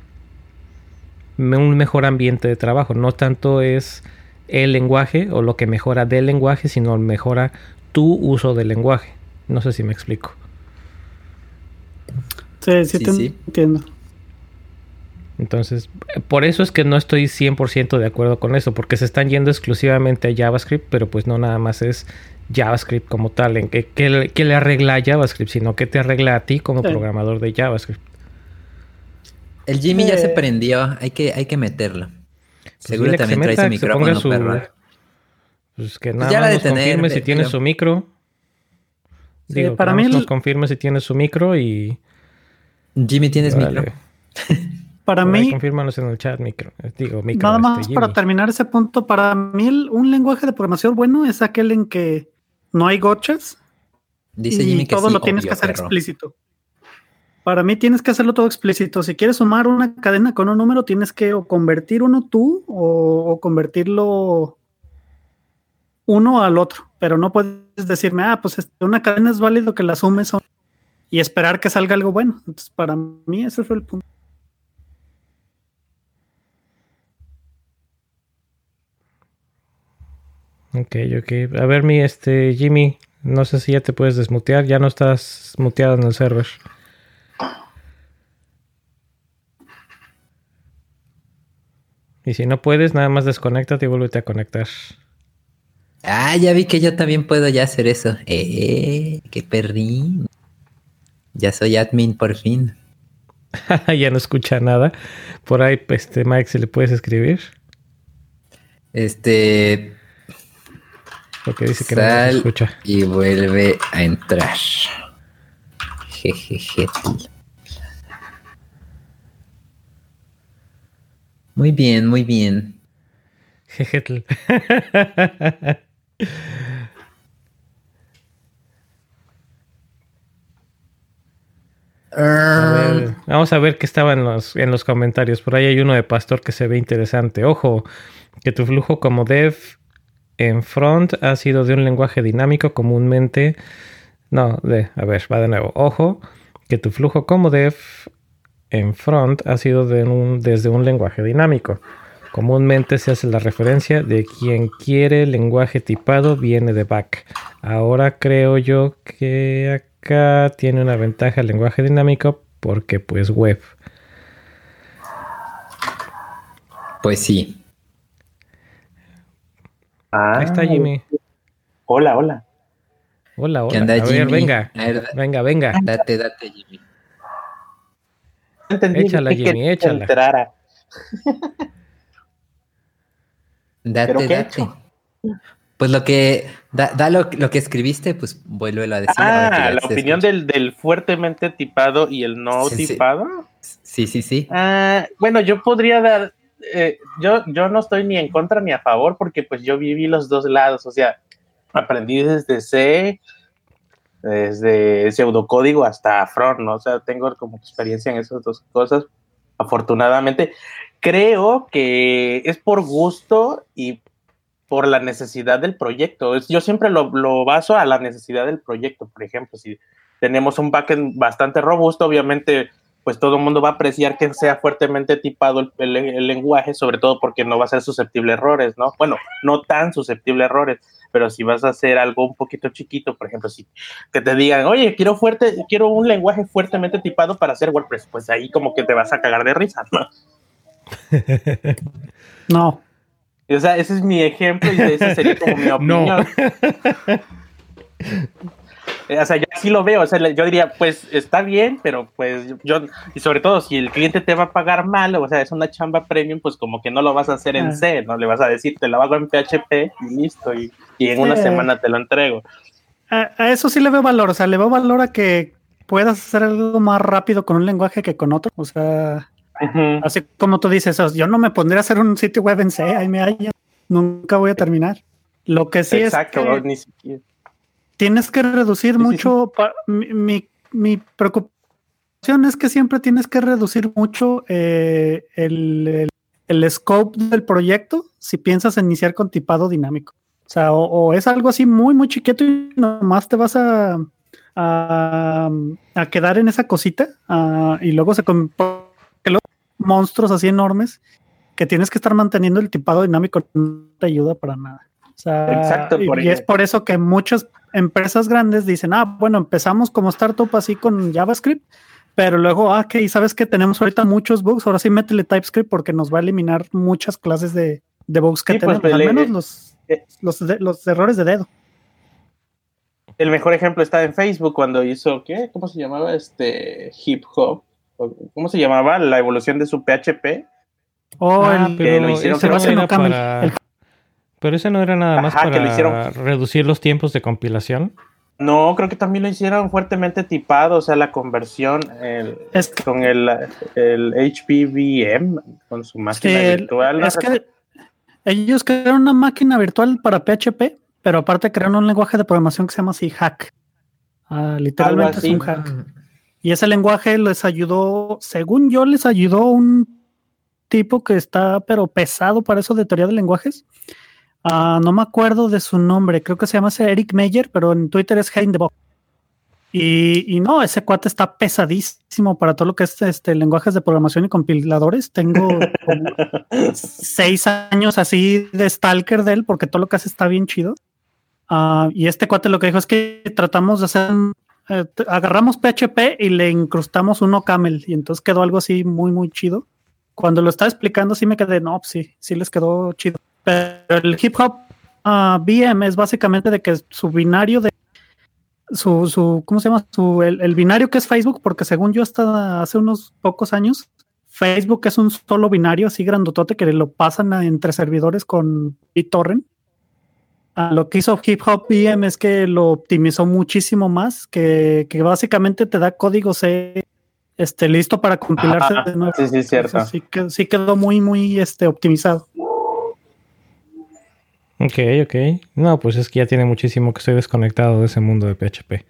un mejor ambiente de trabajo. No tanto es el lenguaje o lo que mejora del lenguaje, sino mejora tu uso del lenguaje. No sé si me explico.
Sí, sí,
Sí,
te
sí.
entiendo.
Entonces, por eso es que no estoy cien por ciento de acuerdo con eso, porque se están yendo exclusivamente a JavaScript, pero pues no nada más es JavaScript como tal, en que, que, le- que le arregla a JavaScript, sino que te arregla a ti como
Sí.
programador de JavaScript.
El Jimmy ya se
Eh,
prendió, hay que, hay que meterlo.
Pues
Seguro
dile que se
también trae su
meta, que se ponga
micrófono
su...
perro.
Pues que
Pues
nada
ya la
más
de
nos
tener,
confirme
ve-
si tiene
velo.
su micro.
sí,
Digo, que
para
nada
mí,
más nos
el-
confirme si tiene su micro y...
Jimmy,
y
¿tienes micro?
órale.
para
Por ahí
mí,
confírmanos en el chat, micro. Eh, Digo, micro,
nada
este,
más para
Jimmy.
terminar ese punto, para mí el- un lenguaje de programación bueno es aquel en que no hay gotchas
Dice
y
Jimmy que
todo
sí,
lo tienes que
obvio,
hacer
perro.
explícito. Para mí tienes que hacerlo todo explícito. Si quieres sumar una cadena con un número, tienes que o convertir uno tú o, o convertirlo uno al otro. Pero no puedes decirme, ah, pues este, una cadena es válido que la sumes o- y esperar que salga algo bueno. Entonces, para mí ese fue el punto.
Ok, ok. A ver, mi, este, Jimmy, no sé si ya te puedes desmutear. Ya no estás muteado en el server. Y si no puedes, nada más desconéctate y vuélvete a conectar.
Ah, ya vi que yo también puedo ya hacer eso. Eh, qué perrín. Ya soy admin por fin.
Ya no escucha nada. Por ahí, este, Mike, si le puedes escribir.
Este,
Porque dice que no nos
sal
escucha.
y vuelve a entrar. Jejeje. Muy bien, muy bien.
Jejetl. A ver, vamos a ver qué estaba en los, en los comentarios. Por ahí hay uno de Pastor que se ve interesante. Ojo, que tu flujo como dev en front ha sido de un lenguaje dinámico comúnmente... No, de, a ver, va de nuevo. Ojo, que tu flujo como dev en front ha sido de un, desde un lenguaje dinámico. Comúnmente se hace la referencia de quien quiere lenguaje tipado viene de back. Ahora creo yo que acá tiene una ventaja el lenguaje dinámico porque pues web.
Pues sí.
Ah,
Ahí está Jimmy.
hola, hola.
Hola,
¿Qué
hola.
onda,
A ver,
Jimmy?
venga.
A ver,
Venga, venga.
date, date, Jimmy.
No entendí
Échala,
que
Jimmy,
quería que
échala.
entrara. ¿Pero
Date,
qué he
date.
hecho?
Pues lo que, da, da lo, lo que escribiste, pues vuélvelo a decir ahora que
Ah,
ya
la
se
opinión
escucha.
del, del fuertemente tipado y el no
Sí, sí.
tipado.
Sí, sí, sí.
Ah, bueno, yo podría dar, eh, yo, yo no estoy ni en contra ni a favor porque pues yo viví los dos lados, o sea, aprendí desde C, desde pseudocódigo hasta front, ¿no? O sea, tengo como experiencia en esas dos cosas, afortunadamente. Creo que es por gusto y por la necesidad del proyecto. Yo siempre lo, lo baso a la necesidad del proyecto. Por ejemplo, si tenemos un backend bastante robusto, obviamente, pues todo el mundo va a apreciar que sea fuertemente tipado el, el, el lenguaje, sobre todo porque no va a ser susceptible a errores, ¿no? Bueno, no tan susceptible a errores, pero si vas a hacer algo un poquito chiquito, por ejemplo, si que te digan, oye, quiero fuerte, quiero un lenguaje fuertemente tipado para hacer WordPress, pues ahí como que te vas a cagar de risa, ¿no?
No.
O sea, ese es mi ejemplo y esa sería como mi opinión.
No.
O sea, yo así lo veo, o sea, yo diría, pues está bien, pero pues yo, y sobre todo si el cliente te va a pagar mal, o sea, es una chamba premium, pues como que no lo vas a hacer en
Ah.
C, no le vas a decir, te lo hago en P H P y listo, y, y en una
Sí.
semana te lo entrego.
A, a eso sí le veo valor, o sea, le veo valor a que puedas hacer algo más rápido con un lenguaje que con otro, o sea,
Uh-huh.
así como tú dices, o sea, yo no me pondría a hacer un sitio web en C, ahí me hallan, nunca voy a terminar. Lo que sí
Exacto,
es que
ni siquiera.
tienes que reducir
Sí, sí,
mucho, pa- mi, mi, mi preocupación es que siempre tienes que reducir mucho eh, el, el, el scope del proyecto si piensas en iniciar con tipado dinámico. O sea, o, o es algo así muy, muy chiquito y nomás te vas a, a, a quedar en esa cosita uh, y luego se con monstruos así enormes que tienes que estar manteniendo el tipado dinámico, no te ayuda para nada. O sea,
Exacto,
y,
por
y es por eso que muchas empresas grandes dicen, ah, bueno, empezamos como startup así con JavaScript Pero luego, ah, que sabes que tenemos ahorita muchos bugs, ahora sí métele TypeScript porque nos va a eliminar muchas clases de, de bugs que
Sí,
tenemos,
pues,
al
le-
menos los,
eh,
los, de- los errores de dedo.
El mejor ejemplo está en Facebook cuando hizo, ¿qué? ¿Cómo se llamaba? Este hip hop. ¿Cómo se llamaba? La evolución de su P H P.
O
Ah,
el,
que lo
pero
hicieron
ese
pero
no
ese no
era
cambia.
para...
El-
Pero ese no era nada más
Ajá, que lo
para
hicieron.
reducir los tiempos de compilación.
No, creo que también lo hicieron fuertemente tipado, o sea, la conversión el-
Es que-
con el, el H P V M, con su máquina
Sí, el-
virtual. ¿no?
es que ellos crearon una máquina virtual para P H P, pero aparte crearon un lenguaje de programación que se llama así Hack. Ah, literalmente es
así.
un hack. Y ese lenguaje les ayudó, según yo, les ayudó un tipo que está, pero pesado para eso de teoría de lenguajes. Ah, no me acuerdo de su nombre, creo que se llama ese Eric Meyer, pero en Twitter es Hein de Bock. Y, y no, ese cuate está pesadísimo para todo lo que es este lenguajes de programación y compiladores. Tengo como seis años así de stalker de él, porque todo lo que hace está bien chido. Uh, y este cuate lo que dijo es que tratamos de hacer, eh, agarramos P H P y le incrustamos un OCaml, y entonces quedó algo así muy, muy chido. Cuando lo estaba explicando, sí me quedé, no, sí, sí les quedó chido. Pero el hip hop uh, V M es básicamente de que su binario de su, su ¿cómo se llama? Su, el, el binario que es Facebook, porque según yo hasta hace unos pocos años, Facebook es un solo binario así grandotote que lo pasan a, entre servidores con BitTorrent. Uh, lo que hizo Hip Hop V M es que lo optimizó muchísimo más, que, que básicamente te da código C este, listo para compilarse
Ajá,
de nuevo.
sí, sí, cierto.
Entonces, sí, que, sí quedó muy, muy este, optimizado.
Ok, ok. No, pues es que ya tiene muchísimo que estoy desconectado de ese mundo de P H P.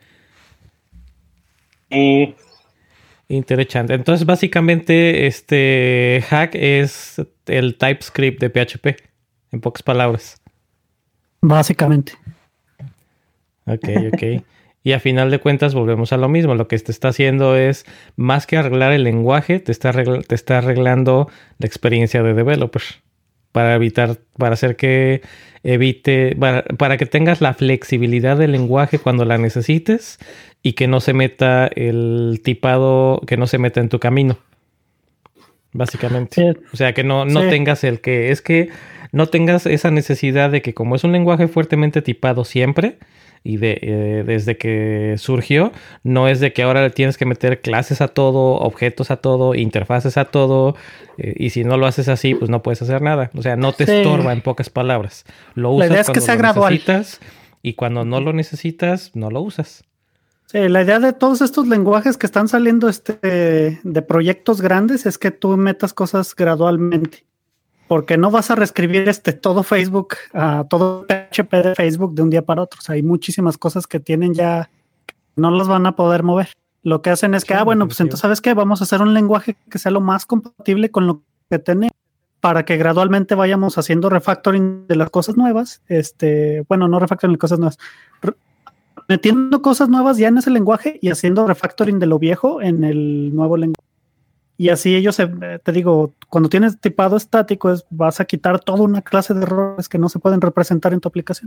Y
Interesante. Entonces, básicamente, este hack es el TypeScript de P H P, en pocas palabras.
Básicamente.
Ok, ok. Y a final de cuentas volvemos a lo mismo. Lo que te está haciendo es, más que arreglar el lenguaje, te está, arregl- te está arreglando la experiencia de developer. Para evitar, para hacer que evite, para, para que tengas la flexibilidad del lenguaje cuando la necesites y que no se meta el tipado, que no se meta en tu camino. Básicamente.
Sí.
O sea, que no, no
Sí.
tengas el que, es que no tengas esa necesidad de que como es un lenguaje fuertemente tipado siempre, y de, eh, desde que surgió, no es de que ahora le tienes que meter clases a todo, objetos a todo, interfaces a todo, eh, y si no lo haces así, pues no puedes hacer nada. O sea, no te
Sí.
estorba, en pocas palabras. Lo
La
usas
idea es que
cuando
sea
lo
gradual.
necesitas, y cuando no lo necesitas, no lo usas.
Sí, la idea de todos estos lenguajes que están saliendo este, de proyectos grandes es que tú metas cosas gradualmente. Porque no vas a reescribir este todo Facebook, uh, todo P H P de Facebook de un día para otro. O sea, hay muchísimas cosas que tienen ya, no las van a poder mover. Lo que hacen es que,
Sí,
ah, bueno, pues
definitivo.
entonces, ¿sabes qué? Vamos a hacer un lenguaje que sea lo más compatible con lo que tenemos para que gradualmente vayamos haciendo refactoring de las cosas nuevas. Este, bueno, no refactoring de cosas nuevas, re- metiendo cosas nuevas ya en ese lenguaje y haciendo refactoring de lo viejo en el nuevo lenguaje. Y así ellos, se, te digo, cuando tienes tipado estático, es, vas a quitar toda una clase de errores que no se pueden representar en tu aplicación.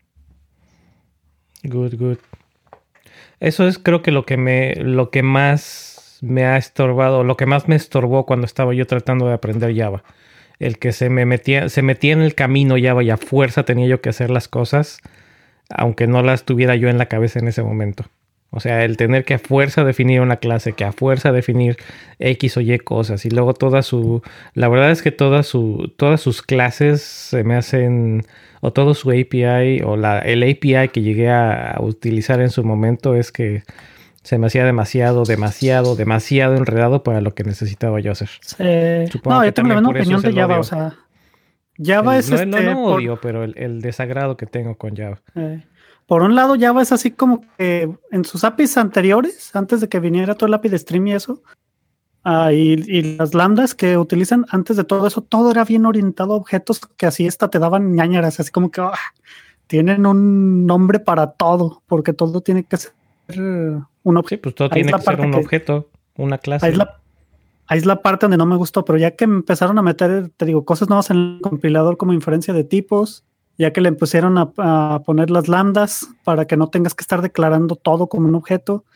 Good, good. Eso es, creo que lo que me, lo que más me ha estorbado, lo que más me estorbó cuando estaba yo tratando de aprender Java. El que se me metía, se metía en el camino Java y a fuerza tenía yo que hacer las cosas, aunque no las tuviera yo en la cabeza en ese momento. O sea, el tener que a fuerza definir una clase, que a fuerza definir X o Y cosas, y luego toda su... La verdad es que toda su, todas sus clases se me hacen... O todo su A P I, o la, el A P I que llegué a, a utilizar en su momento es que se me hacía demasiado, demasiado, demasiado enredado para lo que necesitaba yo hacer.
Eh,
Supongo
no,
que
yo tengo la
también
misma
por eso
opinión
es
de
el
Java.
odio.
O sea, Java
El-
es
no,
este...
no, no
por-
odio, pero el, el desagrado que tengo con Java.
Eh, por un lado, Java es así como que en sus A P Is anteriores, antes de que viniera todo el A P I de Stream y eso, uh, y, y las lambdas que utilizan antes de todo eso, todo era bien orientado a objetos que así esta te daban ñañaras, así como que oh, tienen un nombre para todo, porque todo tiene que ser uh, un objeto.
Sí, pues todo
Ahí
tiene
es la
que ser
parte
un
que-
objeto, una clase.
Ahí es, la, ahí es la parte donde no me gustó, pero ya que me empezaron a meter, te digo, cosas nuevas en el compilador como inferencia de tipos, ya que le pusieron a, a poner las lambdas para que no tengas que estar declarando todo como un objeto,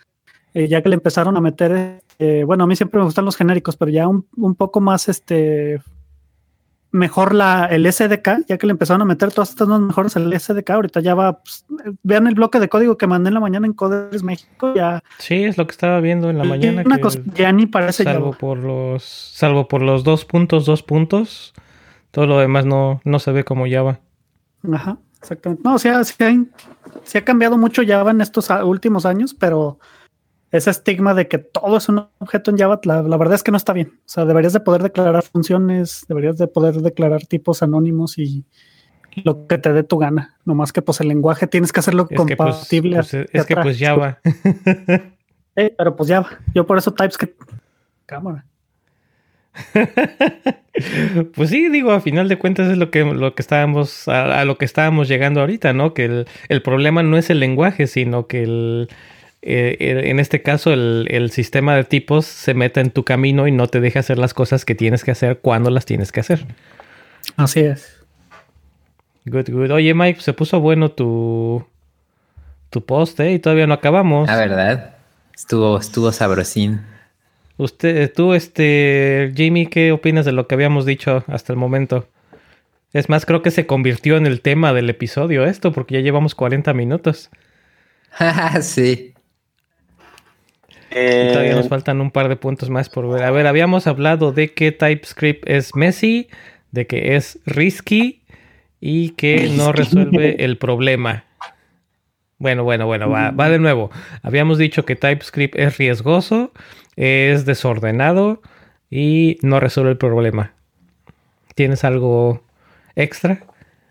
eh, ya que le empezaron a meter, eh, bueno, a mí siempre me gustan los genéricos, pero ya un, un poco más este mejor la, el S D K, ya que le empezaron a meter todas estas nuevas mejoras el S D K, ahorita ya va, pues, vean el bloque de código que mandé en la mañana en Coders México, ya.
Sí, es lo que estaba viendo en la mañana.
Una
que
cosa, ya ni parece
salvo
Java.
por los salvo por los dos puntos, dos puntos, todo lo demás no, no se ve como Java.
Ajá, exactamente. No, o sea, sí ha, sí ha cambiado mucho Java en estos últimos años, pero ese estigma de que todo es un objeto en Java, la, la verdad es que no está bien. O sea, deberías de poder declarar funciones, deberías de poder declarar tipos anónimos y lo que te dé tu gana. No más que pues el lenguaje tienes que hacerlo
es
compatible.
Que, pues, pues, es que pues Java.
Eh, pero pues Java. Yo por eso TypeScript. Cámara.
Pues sí, digo, a final de cuentas es lo que, lo que estábamos, a, a lo que estábamos llegando ahorita, ¿no? Que el, el problema no es el lenguaje, sino que el, eh, en este caso el, el sistema de tipos se meta en tu camino y no te deja hacer las cosas que tienes que hacer cuando las tienes que hacer.
Así es.
Good, good. Oye, Mike, se puso bueno tu, tu post, ¿eh? Y todavía no acabamos.
Ah, ¿verdad? Estuvo, estuvo sabrosín.
Usted, tú, este, Jimmy, ¿qué opinas de lo que habíamos dicho hasta el momento? Es más, creo que se convirtió en el tema del episodio esto, porque ya llevamos cuarenta minutos.
Sí.
Y todavía nos faltan un par de puntos más por ver. A ver, habíamos hablado de que TypeScript es messy, de que es risky y que no resuelve el problema. Bueno, bueno, bueno, va, va de nuevo. Habíamos dicho que TypeScript es riesgoso, es desordenado y no resuelve el problema. ¿Tienes algo extra?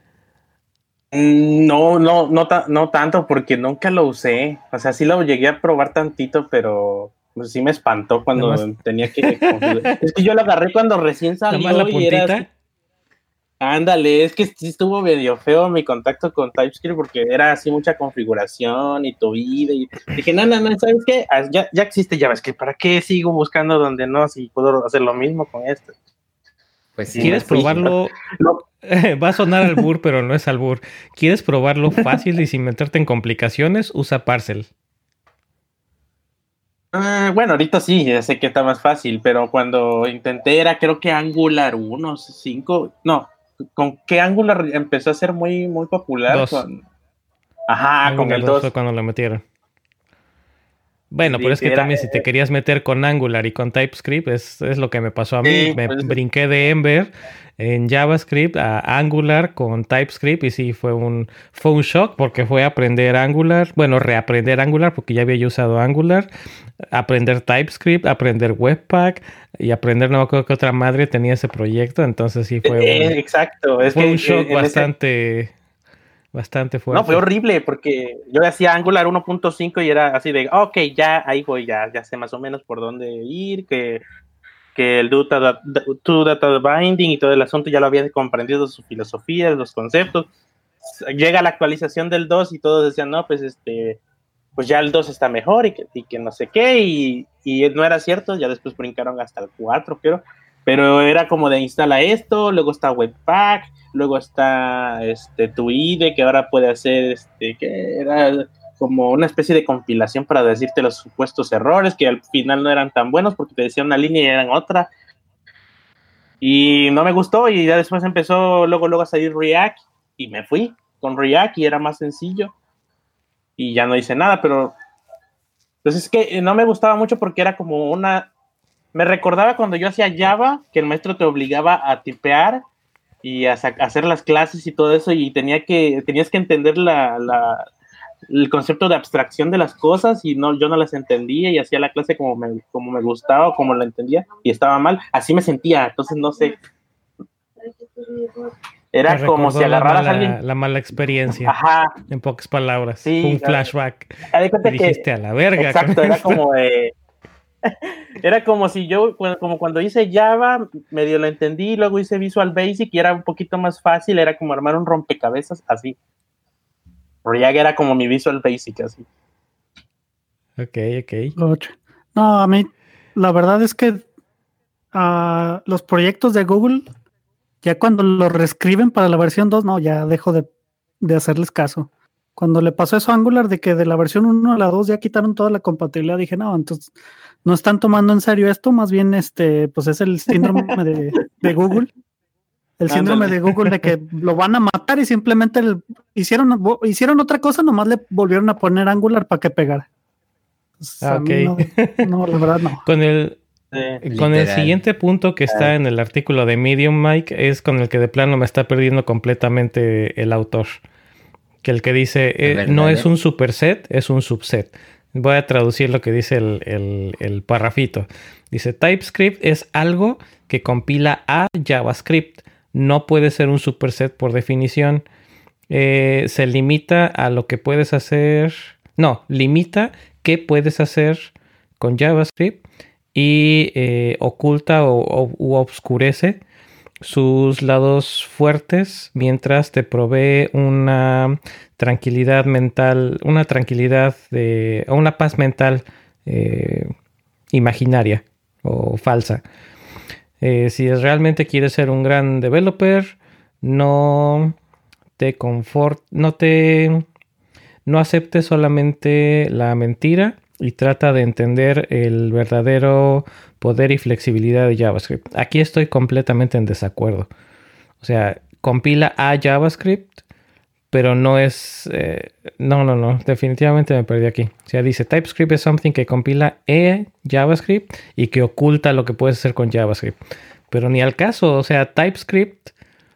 No, no, no, ta- no tanto porque nunca lo usé. O sea, sí lo llegué a probar tantito, pero pues, sí me espantó cuando
Nada más.
tenía que... Es que yo lo agarré cuando recién
Nada
salió
más la
y era
puntita.
así. Ándale, es que sí estuvo medio feo mi contacto con TypeScript porque era así mucha configuración y tu vida. Y dije, no, no, no, ¿sabes qué? Ah, Ya, ya existe JavaScript, ¿para qué sigo buscando donde no? Si puedo hacer lo mismo con esto.
Pues sí.
¿Quieres
me fui.
probarlo?
No.
Va a sonar albur, pero no es albur. ¿Quieres probarlo fácil y sin meterte en complicaciones? Usa Parcel.
Ah, bueno, ahorita sí, ya sé que está más fácil, pero cuando intenté era creo que Angular uno, cinco, no, ¿con qué Angular empezó a ser muy, muy popular?
Dos.
Con... Ajá, con
Angular
el
dos
dos.
fue cuando lo metieron. Bueno,
Sí,
pero es que
era-
también si te querías meter con Angular y con TypeScript, es, es lo que me pasó a mí.
Sí,
me
pues-
brinqué de Ember en JavaScript a Angular con TypeScript y sí, fue un, fue un shock porque fue aprender Angular, bueno, reaprender Angular porque ya había yo usado Angular, aprender TypeScript, aprender Webpack y aprender, no me acuerdo qué otra madre tenía ese proyecto, entonces sí fue
Eh,
un,
exacto, es
fue
que
un shock
en ese-
bastante, bastante fuerte.
No, fue horrible porque yo hacía Angular uno punto cinco y era así de, ok, ya ahí voy, ya, ya sé más o menos por dónde ir, que, que el do data, do data binding y todo el asunto ya lo había comprendido, su filosofía, los conceptos. Llega la actualización del dos y todos decían, no, pues este, pues ya el dos está mejor y que, y que no sé qué, y, y no era cierto, ya después brincaron hasta el cuatro, pero, pero era como de instala esto, luego está Webpack, luego está este tu I D E, que ahora puede hacer este, que era como una especie de compilación para decirte los supuestos errores, que al final no eran tan buenos porque te decían una línea y eran otra. Y no me gustó y ya después empezó luego, luego a salir React y me fui con React y era más sencillo y ya no hice nada, pero pues es que no me gustaba mucho porque era como una... Me recordaba cuando yo hacía Java, que el maestro te obligaba a tipear y a, a hacer las clases y todo eso y tenía que, tenías que entender la, la, el concepto de abstracción de las cosas y no, yo no las entendía y hacía la clase como me, como me gustaba o como la entendía y estaba mal, así me sentía, entonces no sé. Era
Me
como si
recordó la
agarraras
mala,
a alguien.
la mala experiencia.
Ajá.
En pocas palabras.
Sí,
fue un
claro.
flashback.
Haz de cuenta
Y dijiste
que-
a la verga.
Exacto,
con
era
esto.
como de... Era como si yo, como cuando hice Java, medio lo entendí, luego hice Visual Basic y era un poquito más fácil, era como armar un rompecabezas así. React era como mi Visual Basic, así.
Ok, ok.
Ocho. No, a mí, la verdad es que uh, los proyectos de Google, ya cuando los reescriben para la versión dos, no, ya dejo de, de hacerles caso. Cuando le pasó eso a Angular de que de la versión uno a la dos ya quitaron toda la compatibilidad, dije, no, entonces no están tomando en serio esto, más bien este, pues es el síndrome de, de Google. El síndrome
Ándale.
de Google de que lo van a matar y simplemente el- hicieron, hicieron otra cosa, nomás le volvieron a poner Angular para que pegara. Pues,
Ah,
a mí
ok.
no, no, la verdad no.
Con el,
Sí.
con el
Literal.
siguiente punto que está en el artículo de Medium, Mike, es con el que de plano me está perdiendo completamente el autor. Que el que dice, eh,
ver,
no
dale.
es un superset, es un subset. Voy a traducir lo que dice el, el, el parrafito. Dice, TypeScript es algo que compila a JavaScript. No puede ser un superset por definición. Eh, se limita a lo que puedes hacer... No, limita qué puedes hacer con JavaScript y eh, oculta o, o u obscurece sus lados fuertes mientras te provee una tranquilidad mental, una tranquilidad de, o una paz mental eh, imaginaria o falsa. Eh, si realmente quieres ser un gran developer, no te confort, no te, no aceptes solamente la mentira y trata de entender el verdadero poder y flexibilidad de JavaScript. Aquí estoy completamente en desacuerdo. O sea, compila a JavaScript, pero no es... Eh, no, no, no. Definitivamente me perdí aquí. O sea, dice TypeScript es something que compila a JavaScript y que oculta lo que puedes hacer con JavaScript. Pero ni al caso. O sea, TypeScript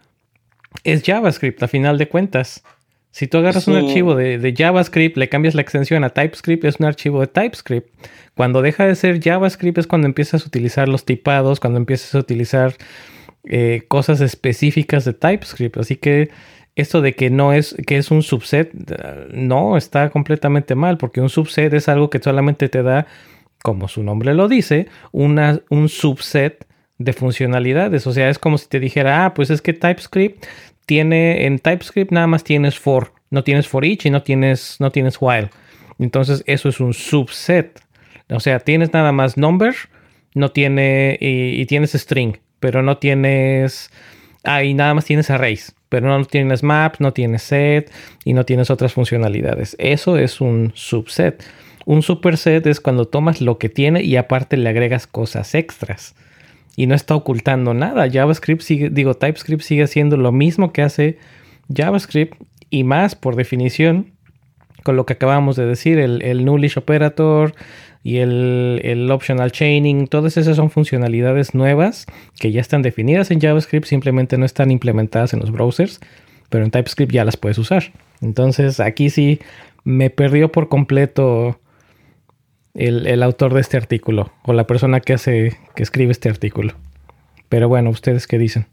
es JavaScript a final de cuentas. Si tú agarras
Sí.
un archivo de, de JavaScript, le cambias la extensión a TypeScript, es un archivo de TypeScript. Cuando deja de ser JavaScript es cuando empiezas a utilizar los tipados, cuando empiezas a utilizar eh, cosas específicas de TypeScript. Así que esto de que no es, que es un subset, no, está completamente mal, porque un subset es algo que solamente te da, como su nombre lo dice, una, un subset de funcionalidades. O sea, es como si te dijera, ah, pues es que TypeScript tiene, en TypeScript nada más tienes for, no tienes for each y no tienes, no tienes while. Entonces eso es un subset. O sea, tienes nada más number, no tiene, y, y tienes string, pero no tienes, ah, y nada más tienes arrays, pero no tienes maps, no tienes set y no tienes otras funcionalidades. Eso es un subset. Un superset es cuando tomas lo que tiene y aparte le agregas cosas extras. Y no está ocultando nada. JavaScript sigue, digo, TypeScript sigue haciendo lo mismo que hace JavaScript y más por definición con lo que acabamos de decir, el, el nullish operator y el, el optional chaining. Todas esas son funcionalidades nuevas que ya están definidas en JavaScript, simplemente no están implementadas en los browsers, pero en TypeScript ya las puedes usar. Entonces aquí sí me perdió por completo El, el autor de este artículo o la persona que hace, que escribe este artículo. Pero bueno, ¿ustedes qué dicen?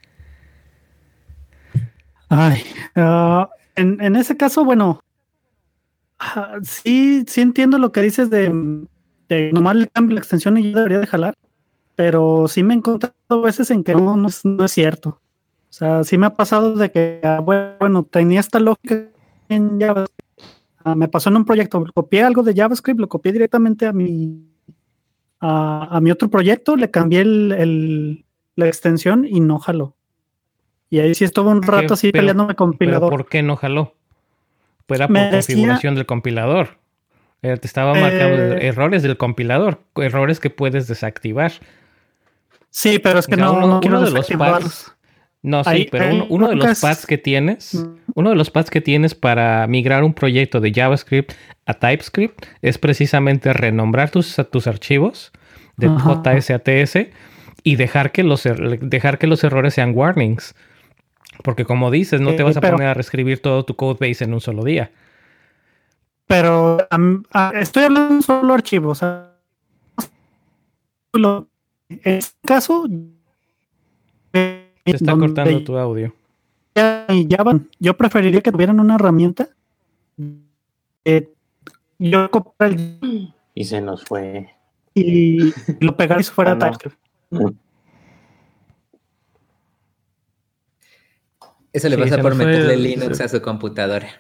Ay, ah, en, en ese caso, bueno, ah, sí, sí entiendo lo que dices de, de nomás le cambio la extensión y yo debería de jalar, pero sí me he encontrado veces en que no, no, es, no es cierto. O sea, sí me ha pasado de que, ah, bueno, tenía esta lógica en JavaScript. Ah, me pasó en un proyecto, copié algo de JavaScript, lo copié directamente a mi, a, a mi otro proyecto, le cambié el, el, la extensión y no jaló. Y ahí sí estuve un rato
¿Qué?
así
Pero-
peleándome con
¿Pero
compilador.
por qué no jaló? Pues era
Me
por
decía-
configuración del compilador. Eh, Te estaba
Eh,
marcando errores del compilador, errores que puedes desactivar.
Sí, pero es que
O sea,
no,
uno-
no quiero
uno de los
desactivarlos.
pads- No, sí,
Ahí-
pero
ahí
uno, uno de
nunca
los
es-
pads que tienes,
Mm.
uno de los pads que tienes para migrar un proyecto de JavaScript a TypeScript es precisamente renombrar tus, tus archivos de
Ajá.
J S A T S y dejar que los er- dejar que los errores sean warnings. Porque como dices, no te
Eh,
vas a
pero-
poner a reescribir todo tu codebase en un solo día.
Pero am- ah, estoy hablando de un solo archivo. O sea, lo- en este caso, eh,
Te está
donde
cortando tu audio.
ya- ya van- yo preferiría que tuvieran una herramienta. eh, yo copiara el-
Y se nos fue.
y lo pegara y se fuera
Ah, no.
TypeScript.
Eso le
Sí,
pasa
se
por
nos fue
meterle
el-
Linux
se-
a su computadora.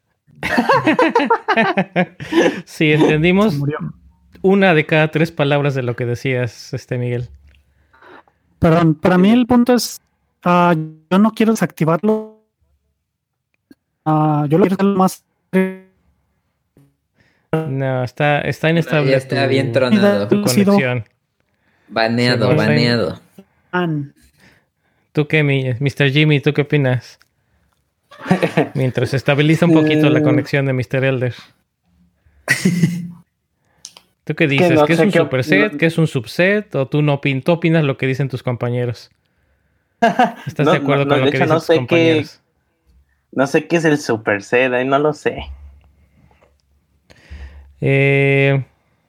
Sí, entendimos
Se murió.
una de cada tres palabras de lo que decías, este Miguel.
Perdón, para mí el punto es, ah, yo no quiero desactivarlo. Ah, yo lo quiero hacer lo más
No, está, está inestable.
Ya está
tu,
bien tronado.
tu conexión.
Baneado,
Sí,
baneado.
An.
¿Tú qué, mi, mister Jimmy? ¿Tú qué opinas? Mientras se estabiliza un poquito la conexión de mister Elder. ¿Tú qué dices?
Que no
¿Qué es
sé
un
qué op-
superset?
no-
¿Qué es un subset? ¿O tú no opin- tú opinas lo que dicen tus compañeros? ¿Estás
No,
de acuerdo
no,
con
no,
lo
de
que
hecho,
dicen
no
tus
sé qué,
compañeros?
no sé qué es el superset, ahí no lo sé.
Eh,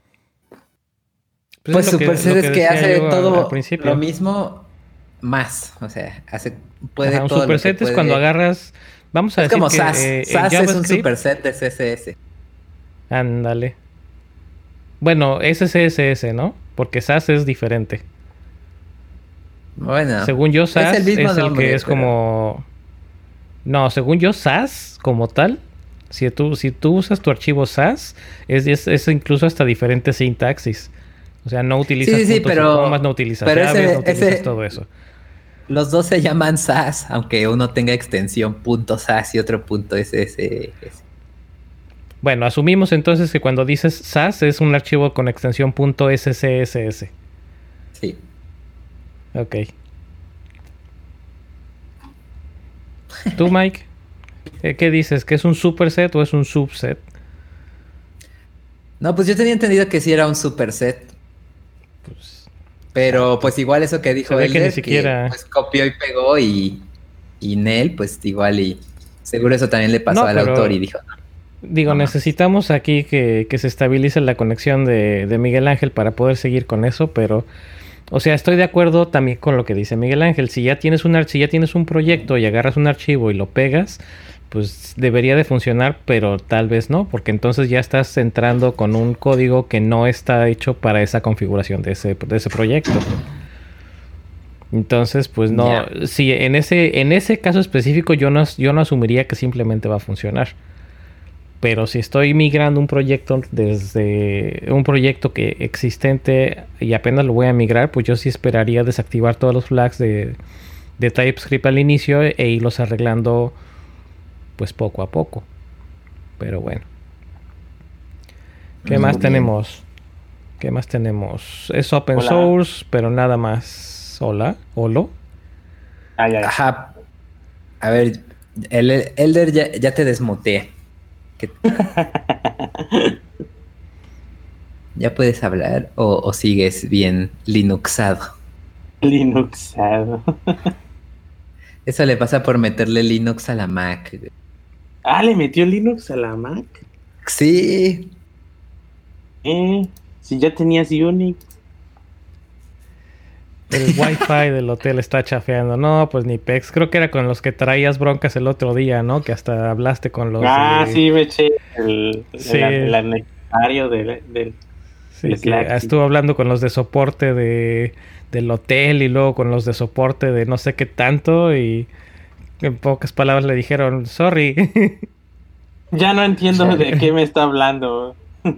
pues,
Pues
es lo que,
Superset
lo que
es que
decía
hace
yo al, al
todo
principio.
lo mismo más. O sea, hace, puede
Ajá, un
todo lo que
superset es
puede.
cuando agarras... Vamos a
Es
decir
como
que
SAS.
eh, en
SAS es un
JavaScript...
superset de C S S.
Ándale. Bueno, S C S S, ¿no? Porque SAS es diferente.
Bueno,
Según yo,
es
SAS
el mismo
es el
nombre,
que es
pero-
como... No, según yo, SAS como tal, si tú, si tú usas tu archivo SAS, es, es, es incluso hasta diferente sintaxis. O sea, no utilizas
Sí, sí, sí,
puntos y
pero-
comas, no utilizas
pero
llaves,
ese-
no utilizas
ese-
todo eso.
Los dos se llaman SAS, aunque uno tenga extensión .sas y otro .sss.
Bueno, asumimos entonces que cuando dices SAS es un archivo con extensión .scss.
Sí.
Ok. ¿Tú, Mike? ¿Qué, qué dices? ¿Que es un superset o es un subset?
No, pues yo tenía entendido que sí era un superset.
Pues,
Pero pues igual eso que dijo
Se ve que
Elder,
ni siquiera-
pues copió y pegó y, y Nel, pues igual y seguro eso también le pasó
No,
al
pero-
autor y dijo,
digo,
No mames.
necesitamos aquí que, que se estabilice la conexión de, de Miguel Ángel para poder seguir con eso, pero... O sea, estoy de acuerdo también con lo que dice Miguel Ángel. Si ya tienes un, ar- si ya tienes un proyecto y agarras un archivo y lo pegas, pues debería de funcionar, pero tal vez no, porque entonces ya estás entrando con un código que no está hecho para esa configuración de ese, de ese proyecto. Entonces, pues no,
Ya.
si en ese, en ese caso específico yo no, as- yo no asumiría que simplemente va a funcionar. Pero si estoy migrando un proyecto desde un proyecto que existente y apenas lo voy a migrar, pues yo sí esperaría desactivar todos los flags de, de TypeScript al inicio e irlos arreglando pues poco a poco. Pero bueno. ¿Qué
Muy
más
bien.
tenemos? ¿Qué más tenemos? Es open
Hola.
source, pero nada más. Hola, holo.
Ah, ya, ya.
ajá, a ver, el Elder ya, ya te desmuteé. Que- ¿Ya puedes hablar o, o sigues bien Linuxado?
Linuxado.
Eso le pasa por meterle Linux a la Mac.
Ah, le metió Linux a la Mac.
Sí,
Eh, si ya tenías Unix.
El wifi del hotel está chafeando. No, pues ni pex. Creo que era con los que traías broncas el otro día, ¿no? Que hasta hablaste con los
Ah,
de-
sí, me eché el,
Sí.
el, el anecdotario del, del-
Sí,
el
que
Slack, sí.
estuvo hablando con los de soporte de, del hotel y luego con los de soporte de no sé qué tanto y en pocas palabras le dijeron, sorry.
Ya no entiendo de qué me está hablando.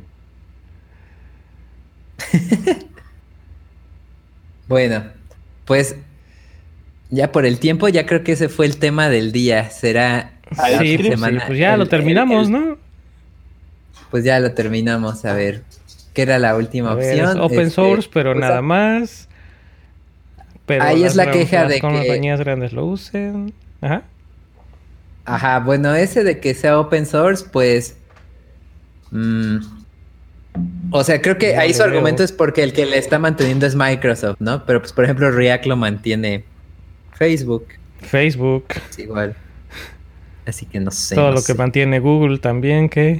bueno, pues ya por el tiempo, ya creo que ese fue el tema del día. Será
Ah,
la
sí,
otra
pues, sí,
semana
pues ya
el-
lo
el-
terminamos,
el-
¿no?
Pues ya lo terminamos. A ver, ¿qué era la última
A ver, es
opción?
open
Este,
source, pero
pues,
nada más. Pero
Ahí es
las
la
gran-
queja
las
de que-
compañías grandes lo usen. Ajá.
Ajá, bueno, ese de que sea open source, pues... mm, o sea, creo que
No
ahí
le
su argumento
veo.
es porque el que le está manteniendo es Microsoft, ¿no? Pero pues, por ejemplo, React lo mantiene Facebook.
Facebook.
Es igual. Así que no sé.
todo
no
lo que
sé.
mantiene Google también, que...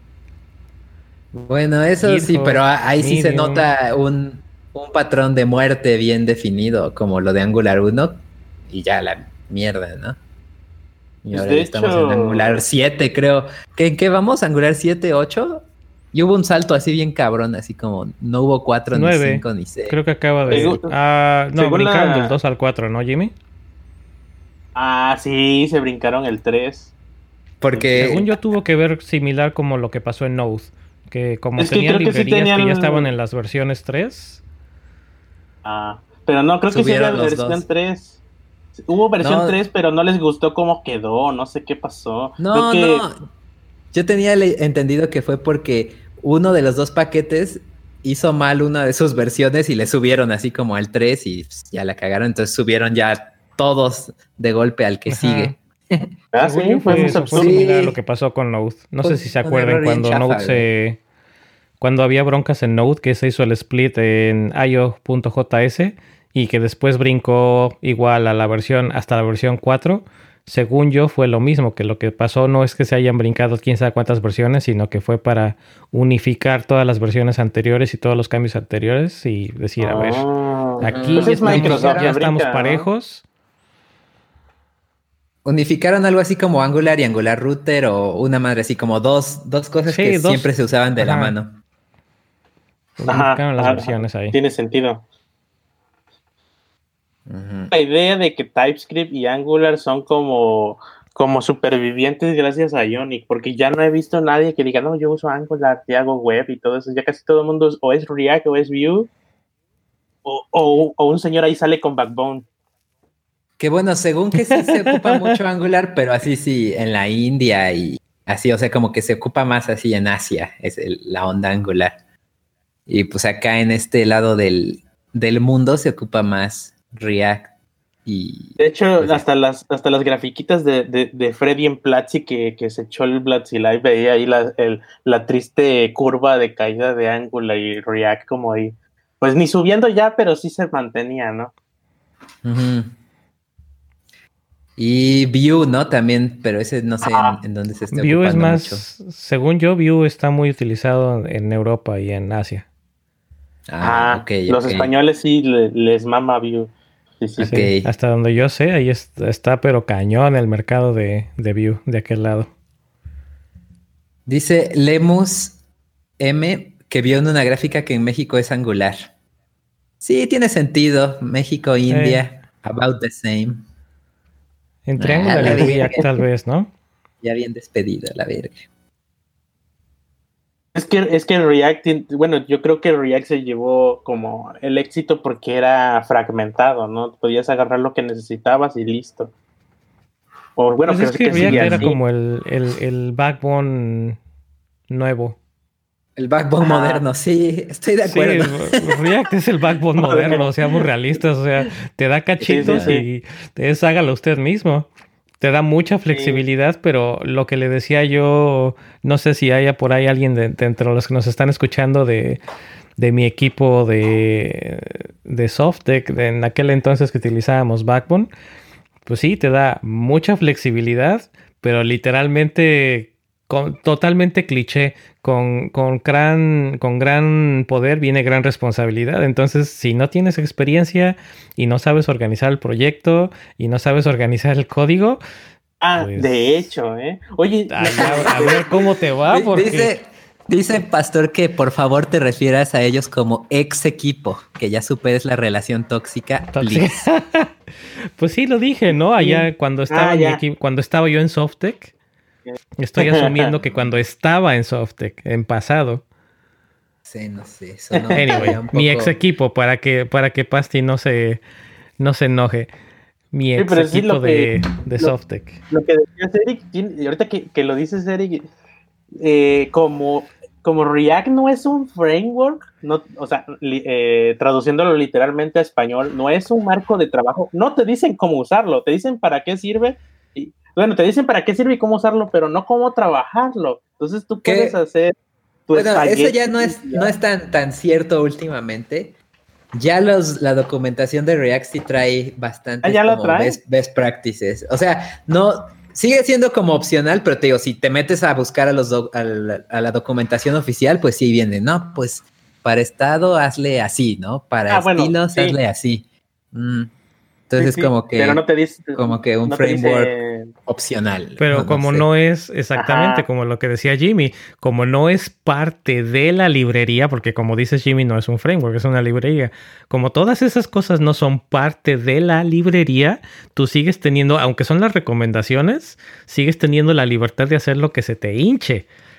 Bueno, eso sí,
GitHub,
pero a- ahí sí se
Medium.
nota un, un patrón de muerte bien definido, como lo de Angular uno, y ya la mierda, ¿no? Y
Pues,
ahora
de
ya estamos
hecho-
en Angular siete, creo. ¿Qué- ¿En qué vamos? ¿Angular siete, ocho? Y hubo un salto así bien cabrón, así como no hubo cuatro, ni
Nueve.
cinco, ni seis.
Creo que acaba de...
Según-
Ah, no,
según
brincaron
la-
del dos al cuatro, ¿no, Jimmy?
Ah, sí, se brincaron el tres.
Porque
Según yo tuvo que ver similar como lo que pasó en Node. Que como
Es que
tenían
creo que sí
librerías que
tenían-
ya estaban en las versiones tres.
Ah, pero no, creo que sí
Subieron
había
los
versión
dos.
tres. Hubo versión
No.
tres, pero no les gustó cómo quedó, no sé qué pasó.
no,
Creo que
no. yo tenía entendido que fue porque uno de los dos paquetes hizo mal una de sus versiones y le subieron así como al tres y pues, ya la cagaron. Entonces subieron ya todos de golpe al que Ajá. sigue.
Ah, sí,
fue,
fue,
eso fue similar a lo que pasó con Node. No pues, sé si se acuerdan cuando chafa, Node se... Cuando había broncas en Node, que se hizo el split en I O punto J S y que después brincó igual a la versión, hasta la versión cuatro. Según yo, fue lo mismo, que lo que pasó no es que se hayan brincado quién sabe cuántas versiones, sino que fue para unificar todas las versiones anteriores y todos los cambios anteriores y decir, a ver, aquí
pues
ya, estamos, ya estamos parejos.
Unificaron algo así como Angular y Angular Router o una madre así como dos, dos cosas sí, que dos, siempre se usaban de ajá. la mano.
Unificaron las ajá, versiones ahí.
Tiene sentido. Uh-huh. La idea de que TypeScript y Angular son como, como supervivientes gracias a Ionic, porque ya no he visto a nadie que diga, no, yo uso Angular y hago web y todo eso. Ya casi todo el mundo o es React o es Vue, o, o, o un señor ahí sale con Backbone.
Que bueno, según que sí se ocupa mucho Angular, pero así sí, en la India y así, o sea, como que se ocupa más así en Asia, es el, la onda Angular. Y pues acá en este lado del, del mundo se ocupa más React. Y
de hecho,
pues,
hasta las hasta las grafiquitas de, de, de Freddy en Platzi que, que se echó el Platzi Live, veía ahí la, el, la triste curva de caída de Angular y React como ahí. Pues ni subiendo ya, pero sí se mantenía, ¿no?
Uh-huh. Y Vue, ¿no? También, pero ese no sé ah, en, en dónde se está
Vue
ocupando
es más,
mucho.
Según yo, Vue está muy utilizado en Europa y en Asia.
Ah, ah okay, los okay. españoles sí le, les mama Vue. Sí, sí,
okay. sí. Hasta donde yo sé, ahí está, está pero cañón el mercado de, de Vue, de aquel lado.
Dice Lemus M que vio en una gráfica que en México es Angular. Sí, tiene sentido. México, India, eh. about the same.
Entre ah, Angular y React tal vez, ¿no?
Ya bien despedido, la verga.
Es que, es que React, bueno, yo creo que React se llevó como el éxito porque era fragmentado, ¿no? Podías agarrar lo que necesitabas y listo. O bueno,
pues
creo
es que, que React era así. como el, el, el backbone nuevo.
El backbone Ajá. moderno, sí, estoy de acuerdo.
Sí, React es el backbone moderno, seamos realistas, o sea, te da cachitos sí, sí, sí. y es hágalo usted mismo. Te da mucha flexibilidad, sí. pero lo que le decía yo, no sé si haya por ahí alguien de, de entre los que nos están escuchando de, de mi equipo de, de Softeq, de en aquel entonces que utilizábamos Backbone, pues sí, te da mucha flexibilidad, pero literalmente con, totalmente cliché. Con, con, gran, con gran poder viene gran responsabilidad. Entonces, si no tienes experiencia y no sabes organizar el proyecto y no sabes organizar el código...
Ah, pues, de hecho, ¿eh? Oye...
A, a, a ver cómo te va, porque...
Dice, dice Pastor que por favor te refieras a ellos como ex equipo, que ya superes la relación tóxica.
tóxica. Pues sí, lo dije, ¿no? Allá sí. cuando, estaba ah, mi equipo, cuando estaba yo en Softeq. Estoy asumiendo que cuando estaba en Softeq, en pasado.
Sí, no sé. Eso no
anyway, poco... mi ex equipo, para que, para que Pasti no se, no se enoje. Mi ex sí, equipo sí, de, que, de Softeq.
Lo, lo que decías, Eric, y ahorita que, que lo dices, Eric, eh, como, como React no es un framework, no, o sea, li, eh, traduciéndolo literalmente a español, no es un marco de trabajo, no te dicen cómo usarlo, te dicen para qué sirve. Y, Bueno, te dicen para qué sirve y cómo usarlo, pero no cómo trabajarlo. Entonces tú puedes ¿Qué? hacer tu
Bueno, eso ya no es, no es tan, tan cierto últimamente. Ya los, la documentación de React sí trae bastante
¿Ah,
como best, best practices. O sea, no sigue siendo como opcional, pero te digo, si te metes a buscar a, los do, a, la, a la documentación oficial, pues sí viene, ¿no? Pues para estado hazle así, ¿no? Para ah, estilos bueno, sí. hazle así. Mm. Entonces sí, sí, como que
pero no te dice,
como que un
no
framework
dice...
opcional.
Pero no, como no, no es exactamente Ajá. como lo que decía Jimmy, como no es parte de la librería, porque como dice Jimmy no es un framework, es una librería. Como todas esas cosas no son parte de la librería, tú sigues teniendo, aunque son las recomendaciones, sigues teniendo la libertad de hacer lo que se te hinche.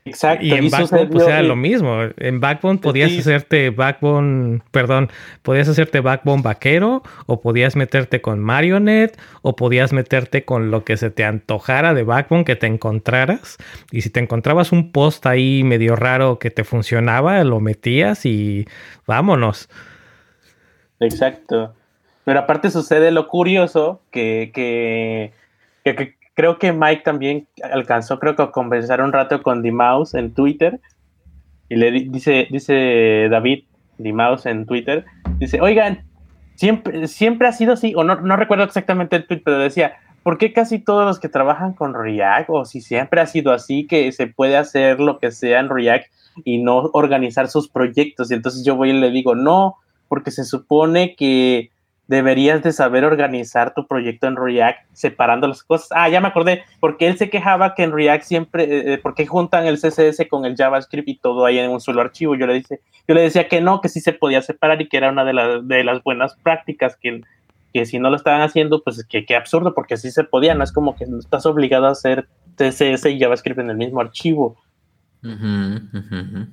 Exacto.
Y en
y
Backbone
sucedió,
pues era
eh,
lo mismo. En Backbone podías
sí.
hacerte Backbone, perdón, podías hacerte Backbone vaquero, o podías meterte con Marionette, o podías meterte con lo que se te antojara de Backbone que te encontraras. Y si te encontrabas un post ahí medio raro que te funcionaba, lo metías y vámonos.
Exacto. Pero aparte sucede lo curioso que, que, que, que creo que Mike también alcanzó, creo que a conversar un rato con D-Mouse en Twitter. Y le di- dice, dice David D-Mouse en Twitter, dice, oigan, siempre, siempre ha sido así, o no, no recuerdo exactamente el tweet, pero decía, ¿por qué casi todos los que trabajan con React, o si siempre ha sido así, que se puede hacer lo que sea en React y no organizar sus proyectos? Y entonces yo voy y le digo, no, porque se supone que deberías de saber organizar tu proyecto en React separando las cosas. Ah, ya me acordé, porque él se quejaba que en React siempre, eh, porque juntan el C S S con el JavaScript y todo ahí en un solo archivo. Yo le, dice, yo le decía que no, que sí se podía separar y que era una de, la, de las buenas prácticas, que, que si no lo estaban haciendo, pues que, que absurdo, porque sí se podía, no es como que estás obligado a hacer C S S y JavaScript en el mismo archivo.
Ujú, ujú, ujú.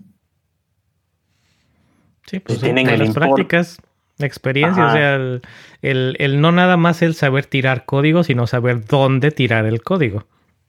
Sí, pues
Si
sí,
tienen el
malas
import.
prácticas, experiencia,
Ajá.
o sea, el, el, el no nada más el saber tirar código, sino saber dónde tirar el código.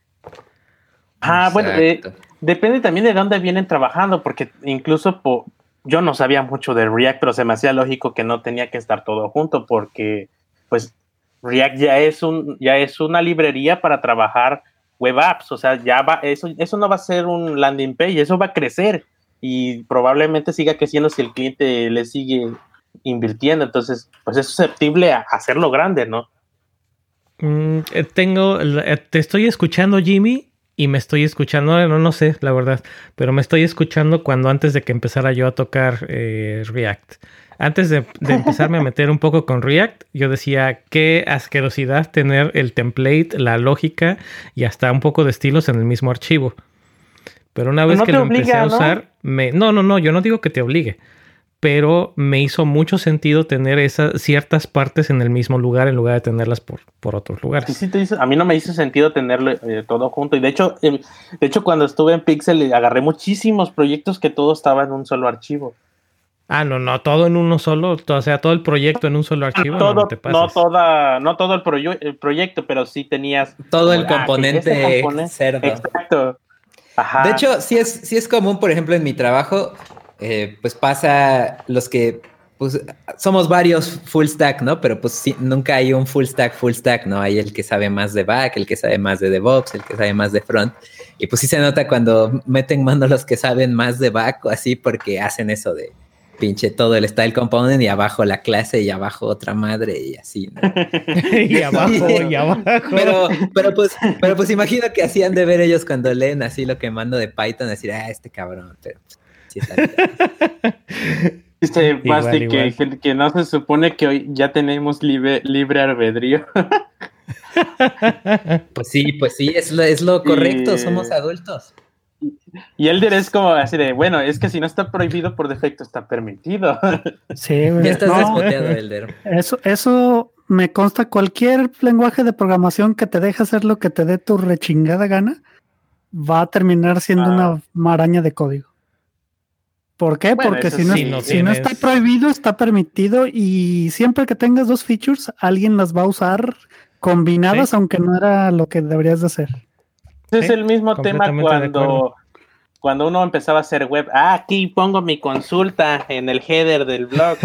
Ah, bueno, eh,
Exacto.
depende también de dónde vienen trabajando, porque incluso po- yo no sabía mucho de React, pero se me hacía lógico que no tenía que estar todo junto, porque pues React ya es un, ya es una librería para trabajar web apps, o sea, ya va, eso, eso no va a ser un landing page, eso va a crecer y probablemente siga creciendo si el cliente le sigue invirtiendo, entonces pues es susceptible a hacerlo grande, ¿no?
Mm, eh, tengo, eh, te estoy escuchando, Jimmy, y me estoy escuchando, no, no sé, la verdad, pero me estoy escuchando cuando antes de que empezara yo a tocar eh, React. Antes de, de empezarme a meter un poco con React, yo decía, qué asquerosidad tener el template, la lógica y hasta un poco de estilos en el mismo archivo. Pero una vez
No
que
te
lo empecé a
obliga, ¿no?
usar, me... no, no, no, yo no digo que te obligue, pero me hizo mucho sentido tener esas ciertas partes en el mismo lugar en lugar de tenerlas por, por otros lugares.
Sí, sí te hizo- a mí no me hizo sentido tenerlo eh, todo junto. Y de hecho, eh, de hecho, cuando estuve en Pixel eh, agarré muchísimos proyectos que todo estaba en un solo archivo.
Ah, no, no, todo en uno solo, o sea, todo el proyecto en un solo archivo, no, no te
Todo, no
pases.
toda, no todo el, proyo- el proyecto, pero sí tenías
Todo
como,
el
ah, que este
componente
componente.
cerdo.
Exacto. Ajá.
De hecho, sí es, sí es común, por ejemplo, en mi trabajo, eh, pues pasa los que, pues somos varios full stack, ¿no? Pero pues sí, nunca hay un full stack, full stack, ¿no? Hay el que sabe más de back, el que sabe más de DevOps, el que sabe más de front. Y pues sí se nota cuando meten mano los que saben más de back o así, porque hacen eso de pinche todo el style component y abajo la clase y abajo otra madre y así, ¿no?
Y abajo, y abajo.
Pero, pero pues, pero pues imagino que así han de ver ellos cuando leen así lo que mando de Python, decir, ah, este cabrón, pero pues, sí está bien.
Dice
Igual,
Basti
igual.
que, que, que no se supone que hoy ya tenemos libre, libre albedrío.
Pues sí, pues sí, es lo, es lo correcto,
Y-
somos adultos.
Y Elder es como así de, bueno, es que si no está prohibido, por defecto está permitido.
Sí, güey.
Ya estás
No,
desmuteado, Elder.
eso, eso me consta. Cualquier lenguaje de programación que te deje hacer lo que te dé tu rechingada gana va a terminar siendo
Ah.
una maraña de código. ¿Por qué?
Bueno,
Porque
eso
si no,
sí,
no
si no está
tienes-
prohibido, está permitido, y siempre que tengas dos features, alguien las va a usar combinadas,
Sí.
aunque no era lo que deberías de hacer.
Ese es
Sí,
el mismo tema
completamente de acuerdo.
cuando, cuando uno empezaba a hacer web. Ah, aquí pongo mi consulta en el header del blog.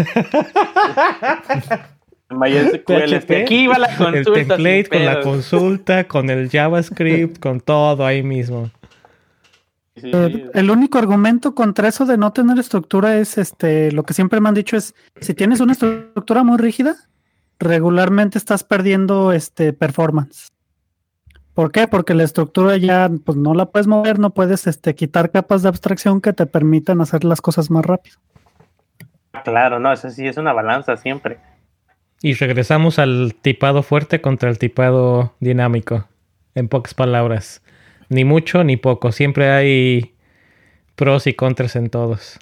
MySQL, este, aquí va la
el
consulta.
template
sin
con la
pedos.
consulta, con el JavaScript, con todo ahí mismo.
Sí,
Eh,
sí.
el único argumento contra eso de no tener estructura es este, lo que siempre me han dicho es, si tienes una estructura muy rígida, regularmente estás perdiendo este performance. ¿Por qué? Porque la estructura ya pues no la puedes mover, no puedes este quitar capas de abstracción que te permitan hacer las cosas más rápido.
Claro, no, eso sí es una balanza siempre.
Y regresamos al tipado fuerte contra el tipado dinámico. En pocas palabras. Ni mucho ni poco. Siempre hay pros y contras en todos.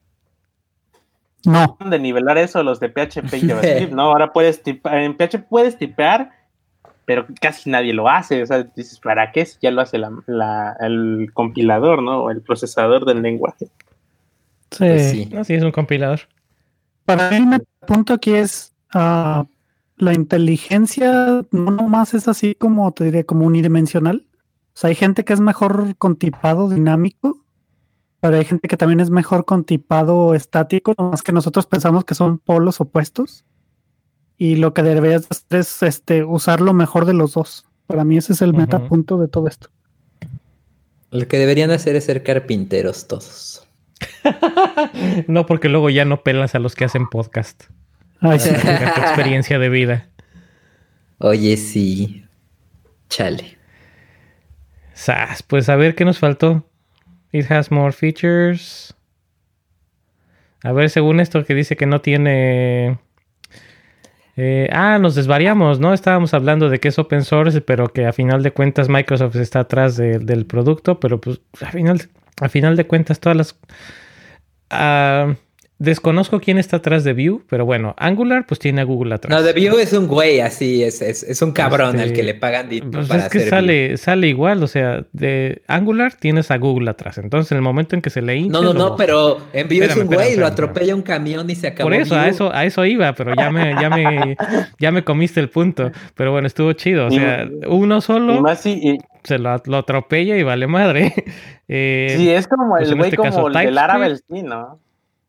No,
De nivelar eso los de P H P y JavaScript, ¿no? Ahora puedes tipar, en P H P puedes tipear pero casi nadie lo hace. O sea, dices, ¿para qué? Si ya lo hace la, la, el compilador, ¿no? O el procesador del lenguaje.
Sí.
Pues sí.
No, sí, es un compilador.
Para mí, el punto aquí es uh, la inteligencia, no nomás es así como, te diría, como unidimensional. O sea, hay gente que es mejor con tipado dinámico, pero hay gente que también es mejor con tipado estático, nomás que nosotros pensamos que son polos opuestos. Y lo que deberías hacer es este, usar lo mejor de los dos. Para mí ese es el
Ujú.
metapunto de todo esto.
Lo que deberían hacer es ser carpinteros todos.
No, porque luego ya no pelas a los que hacen podcast.
Ay, sí.
Mira tu experiencia de vida.
Oye, sí. Chale.
Sas, pues a ver qué nos faltó. It has more features. A ver, según esto que dice que no tiene... Eh, ah, nos desvariamos, ¿no? Estábamos hablando de que es open source, pero que a final de cuentas Microsoft está atrás de, del producto, pero pues a final, a final de cuentas todas las... Uh, desconozco quién está atrás de Vue, pero bueno, Angular pues tiene a Google atrás.
No, de Vue es un güey así, es, es, es un cabrón
Este,
al que le pagan dinero
pues
para
es que
hacer
sale, sale igual, o sea, de Angular tienes a Google atrás, entonces en el momento en que se le hinche...
No, no,
lo...
no, pero en Vue
Espérame,
es un
espérame,
güey, lo
espérame,
atropella un camión y se acabó
Por eso,
Vue.
a eso, a eso iba, pero ya me, ya me, ya me comiste el punto. Pero bueno, estuvo chido. O
Y-
sea, uno
Y
solo
más si, y-
se lo, lo atropella y vale madre. Eh,
sí, es como
pues
el
en
güey
este
como
caso,
el del
TypeScript.
Laravel, sí, ¿no?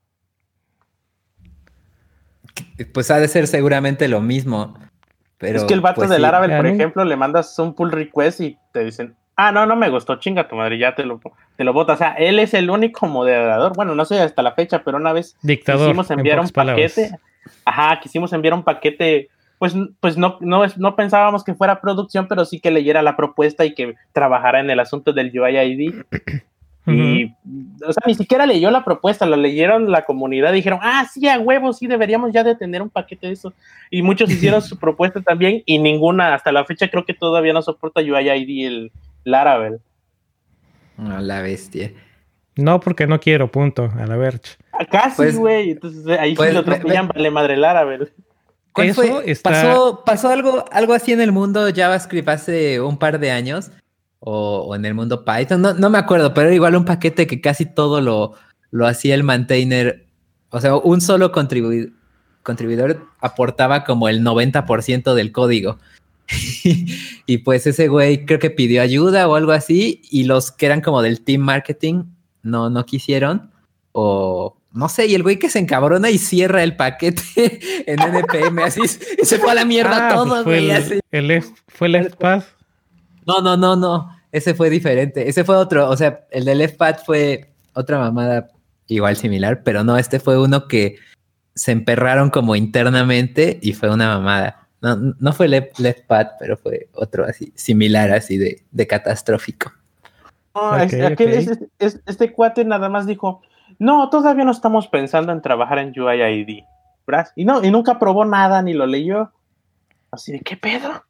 Pues ha de ser seguramente lo mismo. Pero,
es que el vato
pues,
de
sí.
Laravel, por
Claro.
ejemplo, le mandas un pull request y te dicen, ah, no, no me gustó, chinga tu madre, ya te lo, te lo bota. O sea, él es el único moderador, bueno, no sé hasta la fecha, pero una vez
Dictador,
quisimos
en
enviar un
pocas palabras.
paquete, ajá, quisimos enviar un paquete, pues, pues no, no, es- no pensábamos que fuera producción, pero sí que leyera la propuesta y que trabajara en el asunto del U I I D. Y, o sea, ni siquiera leyó la propuesta, la leyeron la comunidad, dijeron, ah, sí, a huevo, sí, deberíamos ya de tener un paquete de eso. Y muchos hicieron su propuesta también y ninguna, hasta la fecha creo que todavía no soporta U I I D el Laravel.
No, la bestia.
No, porque no quiero, punto. A la verge.
Ah, casi,
Pues-
güey, entonces eh, ahí
pues,
sí lo
ve-
atropellan,
ve-
vale madre Laravel.
¿Cuál
Eso
fue?
está-
¿Pasó, pasó algo, algo así en el mundo JavaScript hace un par de años? O, o en el mundo Python, no, no me acuerdo, pero era igual un paquete que casi todo lo, lo hacía el maintainer. O sea, un solo contribu- contribuidor aportaba como el noventa por ciento del código. Y pues ese güey creo que pidió ayuda o algo así, y los que eran como del team marketing no, no quisieron. O no sé, y el güey que se encabrona y cierra el paquete en N P M, así y se fue a la mierda
Ah,
todo,
pues fue
güey.
el,
así.
el left, fue el LeftPad.
No, no, no, no. Ese fue diferente. Ese fue otro. O sea, el de LeftPad fue otra mamada igual similar, pero no, este fue uno que se emperraron como internamente y fue una mamada. No, no fue Left, LeftPad, pero fue otro así, similar, así de, de catastrófico.
No,
Ok,
es- aquel-
ok.
es- es- este cuate nada más dijo, no, todavía no estamos pensando en trabajar en U I I D. ¿verdad? Y no, y nunca probó nada ni lo leyó. Así de, ¿qué pedo?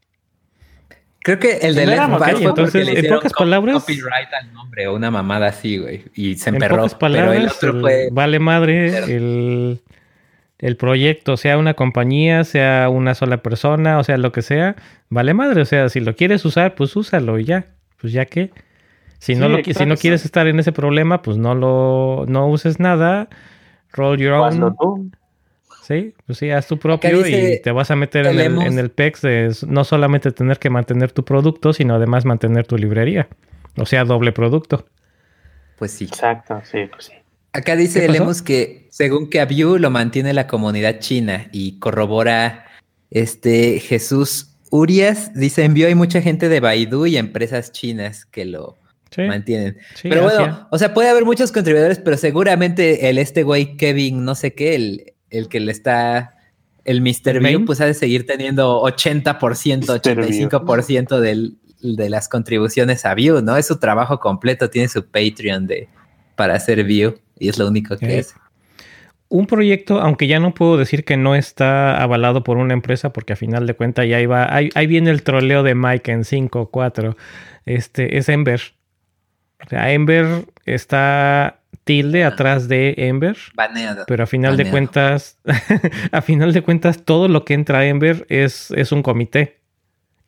Creo que el de
No era
LeftPad
motivo,
fue
entonces,
porque le
en
hicieron
pocas
co-
palabras-
copyright al nombre o una mamada así, güey. Y se
En
emperró.
pocas
Pero el
palabras,
otro
el-
fue...
vale madre el, el proyecto, sea una compañía, sea una sola persona, o sea, lo que sea, vale madre. O sea, si lo quieres usar, pues úsalo y ya. Pues ya que. Si,
Sí,
no, lo, qui- si no
exacto.
quieres estar en ese problema, pues no lo no uses nada. Roll your
O hazlo
own.
tú.
Sí, pues sí, haz tu propio
dice
y te vas a meter en
el
el,
Emus-
en el P E X de s- no solamente tener que mantener tu producto, sino además mantener tu librería. O sea, doble producto.
Pues sí.
Exacto, sí, pues sí.
Acá dice
¿Qué pasó?
Lemus que según que a Vue lo mantiene la comunidad china y corrobora este Jesús Urias. Dice, en Vue hay mucha gente de Baidu y empresas chinas que lo
Sí,
mantienen.
sí,
Pero bueno,
Asia.
o sea, puede haber muchos contribuidores, pero seguramente el este güey Kevin, no sé qué, el, el que le está, el mister
¿El
Vue,
Bain?
pues ha de seguir teniendo ochenta por ciento,
mister Vue.
ochenta y cinco por ciento del, de las contribuciones a Vue, ¿no? Es su trabajo completo, tiene su Patreon de, para hacer Vue y es lo único que
Ok.
es.
Un proyecto, aunque ya no puedo decir que no está avalado por una empresa, porque a final de cuentas ya iba, ahí, ahí viene el troleo de Mike en cinco cuatro. Este es Ember. O sea, Ember está tilde atrás de Ember,
Baneado.
pero a final de
Baneado.
cuentas, a final de cuentas, todo lo que entra a Ember es, es un comité.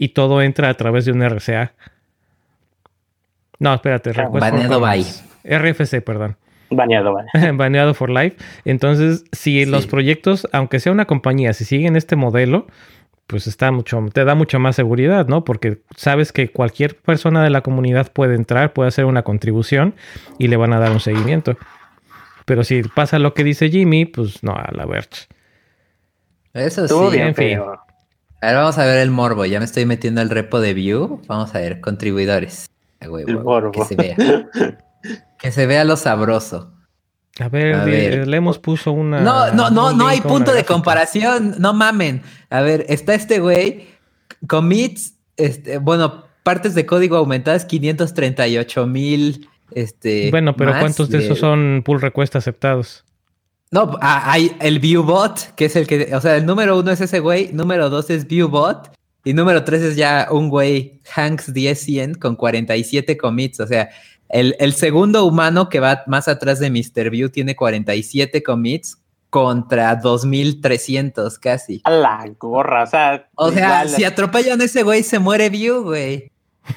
y todo entra a través de un R C A. No, espérate.
Baneado by.
R F C, perdón.
Baneado, baneado.
Baneado for life. Entonces, si sí. los proyectos, aunque sea una compañía, si siguen este modelo, pues está mucho, te da mucha más seguridad, ¿no? Porque sabes que cualquier persona de la comunidad puede entrar, puede hacer una contribución y le van a dar un seguimiento. Pero si pasa lo que dice Jimmy, pues no, a la verge.
Eso
Estuvo
sí.
bien,
En fin. A ver, vamos a ver el morbo. Ya me estoy metiendo al repo de View. Vamos a ver, contribuidores. A huevo,
el morbo.
Que se vea. Que se vea lo sabroso.
A ver, a ver. Le hemos puso una...
No, no, no, no hay punto de comparación. No mamen. A ver, está este güey. Commits, este, bueno, partes de código aumentadas quinientos treinta y ocho mil. Este,
bueno, pero ¿cuántos de, de esos son pull request aceptados?
No, hay el Viewbot, que es el que... O sea, el número uno es ese güey. Número dos es Viewbot. Y número tres es ya un güey, Hanks diez cien, con cuarenta y siete commits. O sea... El, el segundo humano que va más atrás de mister View tiene cuarenta y siete commits contra dos mil trescientos casi.
A la gorra, o sea...
O sea, igual, si atropellan a ese güey, se muere View, güey.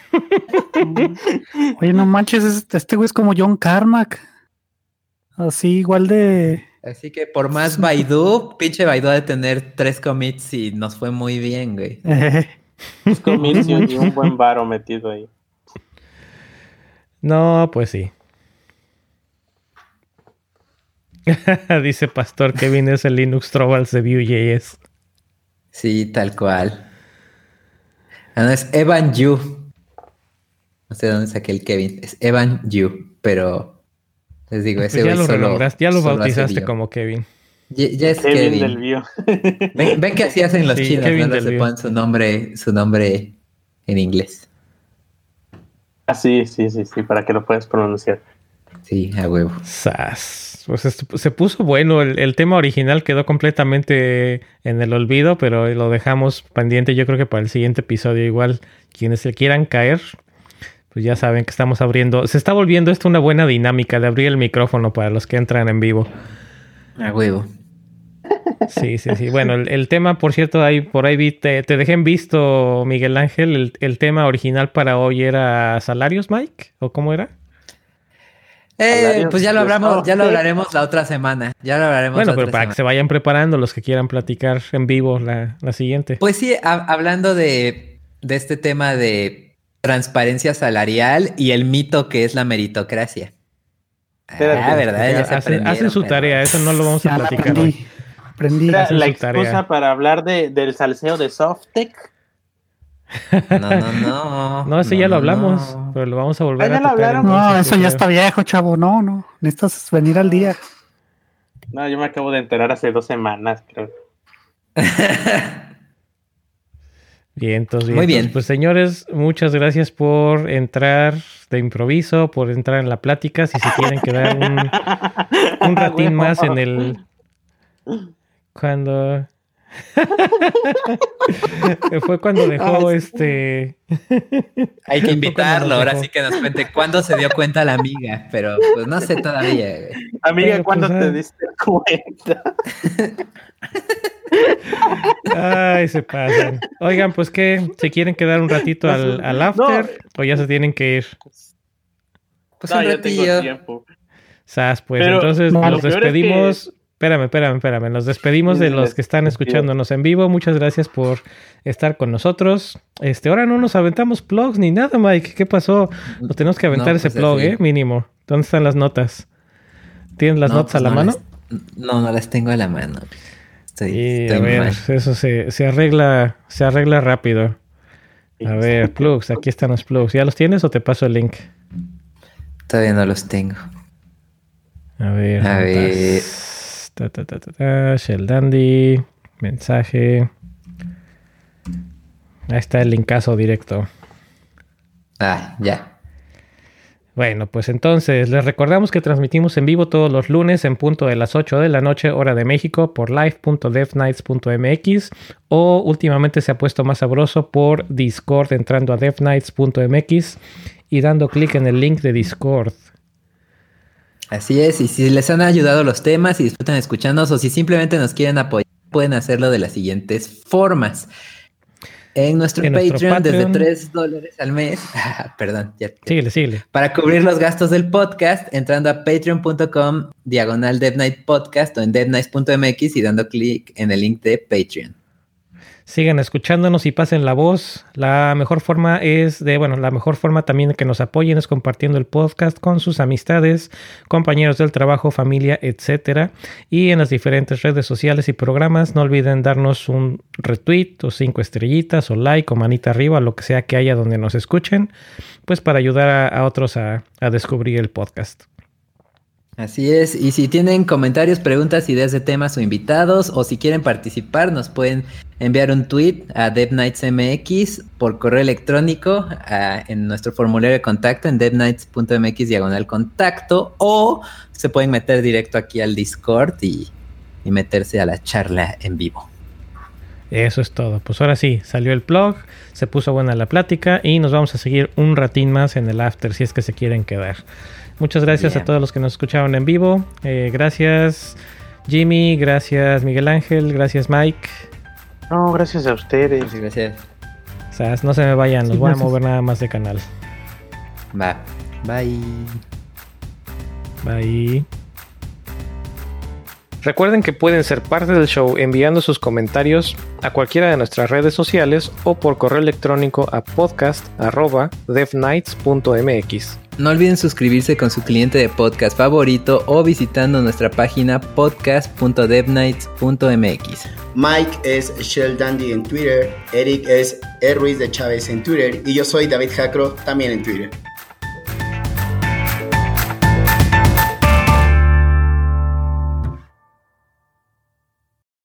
Oye, no manches, este güey es como John Carmack. Así, igual de...
Así que por más Baidu, pinche Baidu ha de tener tres commits y nos fue muy bien, güey.
Eh.
Tres commits y un buen varo metido ahí.
No, pues sí. Dice Pastor Kevin es el Linux Troubles de Vue.js.
Sí, tal cual. Ah, no, es Evan Yu. No sé dónde saqué el Kevin. Es Evan Yu, pero les digo, ese
pues ya
güey
lo
solo,
renombraste, ya lo bautizaste como Kevin.
Ya, ya es
Kevin,
Kevin
del Vue.
Ven, ven que así hacen los
sí,
chinos,
Kevin
no se ponen su nombre, su nombre en inglés.
Ah, sí, sí, sí, sí, para que lo puedas pronunciar.
Sí, a huevo.
Sas. Pues esto, se puso bueno. El, el tema original quedó completamente en el olvido, pero lo dejamos pendiente. Yo creo que para el siguiente episodio, igual, quienes se quieran caer, pues ya saben que estamos abriendo. Se está volviendo esto una buena dinámica de abrir el micrófono para los que entran en vivo.
A huevo.
Sí, sí, sí. Bueno, el, el tema, por cierto, ahí por ahí vi, te, te dejé en visto, Miguel Ángel. El, el tema original para hoy era salarios, Mike, ¿o cómo era?
Eh, pues ya lo hablamos, ya lo hablaremos la otra semana. Ya lo hablaremos.
Bueno,
la
pero
otra
para
semana.
que se vayan preparando los que quieran platicar en vivo la, la siguiente.
Pues sí, a, hablando de, de este tema de transparencia salarial y el mito que es la meritocracia.
Espérate,
ah, verdad, ya se
hacen, hacen su
pero...
tarea, eso no lo vamos a
Ya
platicar
aprendí,
hoy.
aprendí.
Era
Hacen
la
su
excusa
tarea.
para hablar de, del salseo de Softtech.
No, no, no.
No, eso
no,
ya lo
no,
hablamos,
no.
pero lo vamos a volver
Ah, ya
a
lo
tocar.
hablaron.
No,
entonces,
eso
yo
ya
creo.
está viejo, chavo. No, no. Necesitas venir al día.
No, yo me acabo de enterar hace dos semanas, creo.
Bien, entonces, bien,
Muy bien.
entonces, pues señores, muchas gracias por entrar de improviso, por entrar en la plática. Si se quieren quedar un, un ratín más en el... Cuando... Fue cuando dejó este...
Hay que invitarlo, ahora
dejó.
sí que nos cuente cuándo se dio cuenta la amiga, pero pues no sé todavía. Güey.
Amiga,
Pero,
¿cuándo
pues,
te
ah.
diste cuenta?
Ay, se pasan. Oigan, pues ¿qué? ¿Se quieren quedar un ratito al, al after? ¿O ya se tienen que ir?
Pues
No,
un
yo tengo
ratillo.
tiempo.
Sas, pues
Pero
entonces
lo
nos
peor es
despedimos. Espérame, espérame, espérame. Nos despedimos
Sí,
de los
les
que están
despido.
escuchándonos en vivo. Muchas gracias por estar con nosotros. Este, ahora no nos aventamos plugs ni nada, Mike. ¿Qué pasó? Nos tenemos que aventar
No,
ese
pues,
plug,
así.
¿eh? Mínimo. ¿Dónde están las notas? ¿Tienen las
No,
notas
pues,
a la
no
mano?
las- no, no las tengo a la mano. Estoy,
Y
estoy
a ver,
mal.
eso se, se arregla, se arregla rápido. A ver, plugs, aquí están los plugs. ¿Ya los tienes o te paso el link?
Todavía no los tengo.
A ver.
A ver.
notas. Ta, ta, ta, ta, ta. Shell Dandy. Mensaje. Ahí está el linkazo directo.
Ah, ya.
Bueno, pues entonces les recordamos que transmitimos en vivo todos los lunes en punto de las ocho de la noche, hora de México, por live punto devnights punto m x o últimamente se ha puesto más sabroso por Discord entrando a devnights punto m x y dando clic en el link de Discord.
Así es, y si les han ayudado los temas y disfrutan escuchándonos o si simplemente nos quieren apoyar, pueden hacerlo de las siguientes formas. En nuestro,
en
Patreon,
nuestro Patreon,
desde tres dólares al mes. Perdón, ya.
Síguele, síguele.
Para cubrir los gastos del podcast, entrando a patreon.com diagonal DevNight Podcast o en devnights punto m x y dando clic en el link de Patreon.
Sigan escuchándonos y pasen la voz. La mejor forma es de, bueno, la mejor forma también de que nos apoyen es compartiendo el podcast con sus amistades, compañeros del trabajo, familia, etcétera. Y en las diferentes redes sociales y programas, no olviden darnos un retweet o cinco estrellitas o like o manita arriba, lo que sea que haya donde nos escuchen, pues para ayudar a, a otros a, a descubrir el podcast.
Así es, y si tienen comentarios, preguntas, ideas de temas o invitados, o si quieren participar, nos pueden enviar un tweet a devnightsmx por correo electrónico a, en nuestro formulario de contacto en devnights punto m x diagonal contacto, o se pueden meter directo aquí al Discord y, y meterse a la charla en vivo. Eso
es todo. Pues ahora sí, salió el blog, se puso buena la plática y nos vamos a seguir un ratín más en el after si es que se quieren quedar. Muchas gracias yeah. a todos los que nos escucharon en vivo. Eh, gracias Jimmy, gracias Miguel Ángel, gracias Mike.
No, gracias a ustedes.
Muchas gracias.
O sea, no se me vayan, los sí, voy gracias. a mover nada más de canal.
Va. Bye.
Bye. Recuerden que pueden ser parte del show enviando sus comentarios a cualquiera de nuestras redes sociales o por correo electrónico a podcast arroba devnights punto m x.
No olviden suscribirse con su cliente de podcast favorito o visitando nuestra página podcast punto devnights punto m x.
Mike es Shell Dandy en Twitter, Eric es E. Ruiz de Chávez en Twitter y yo soy David Jacro también en Twitter.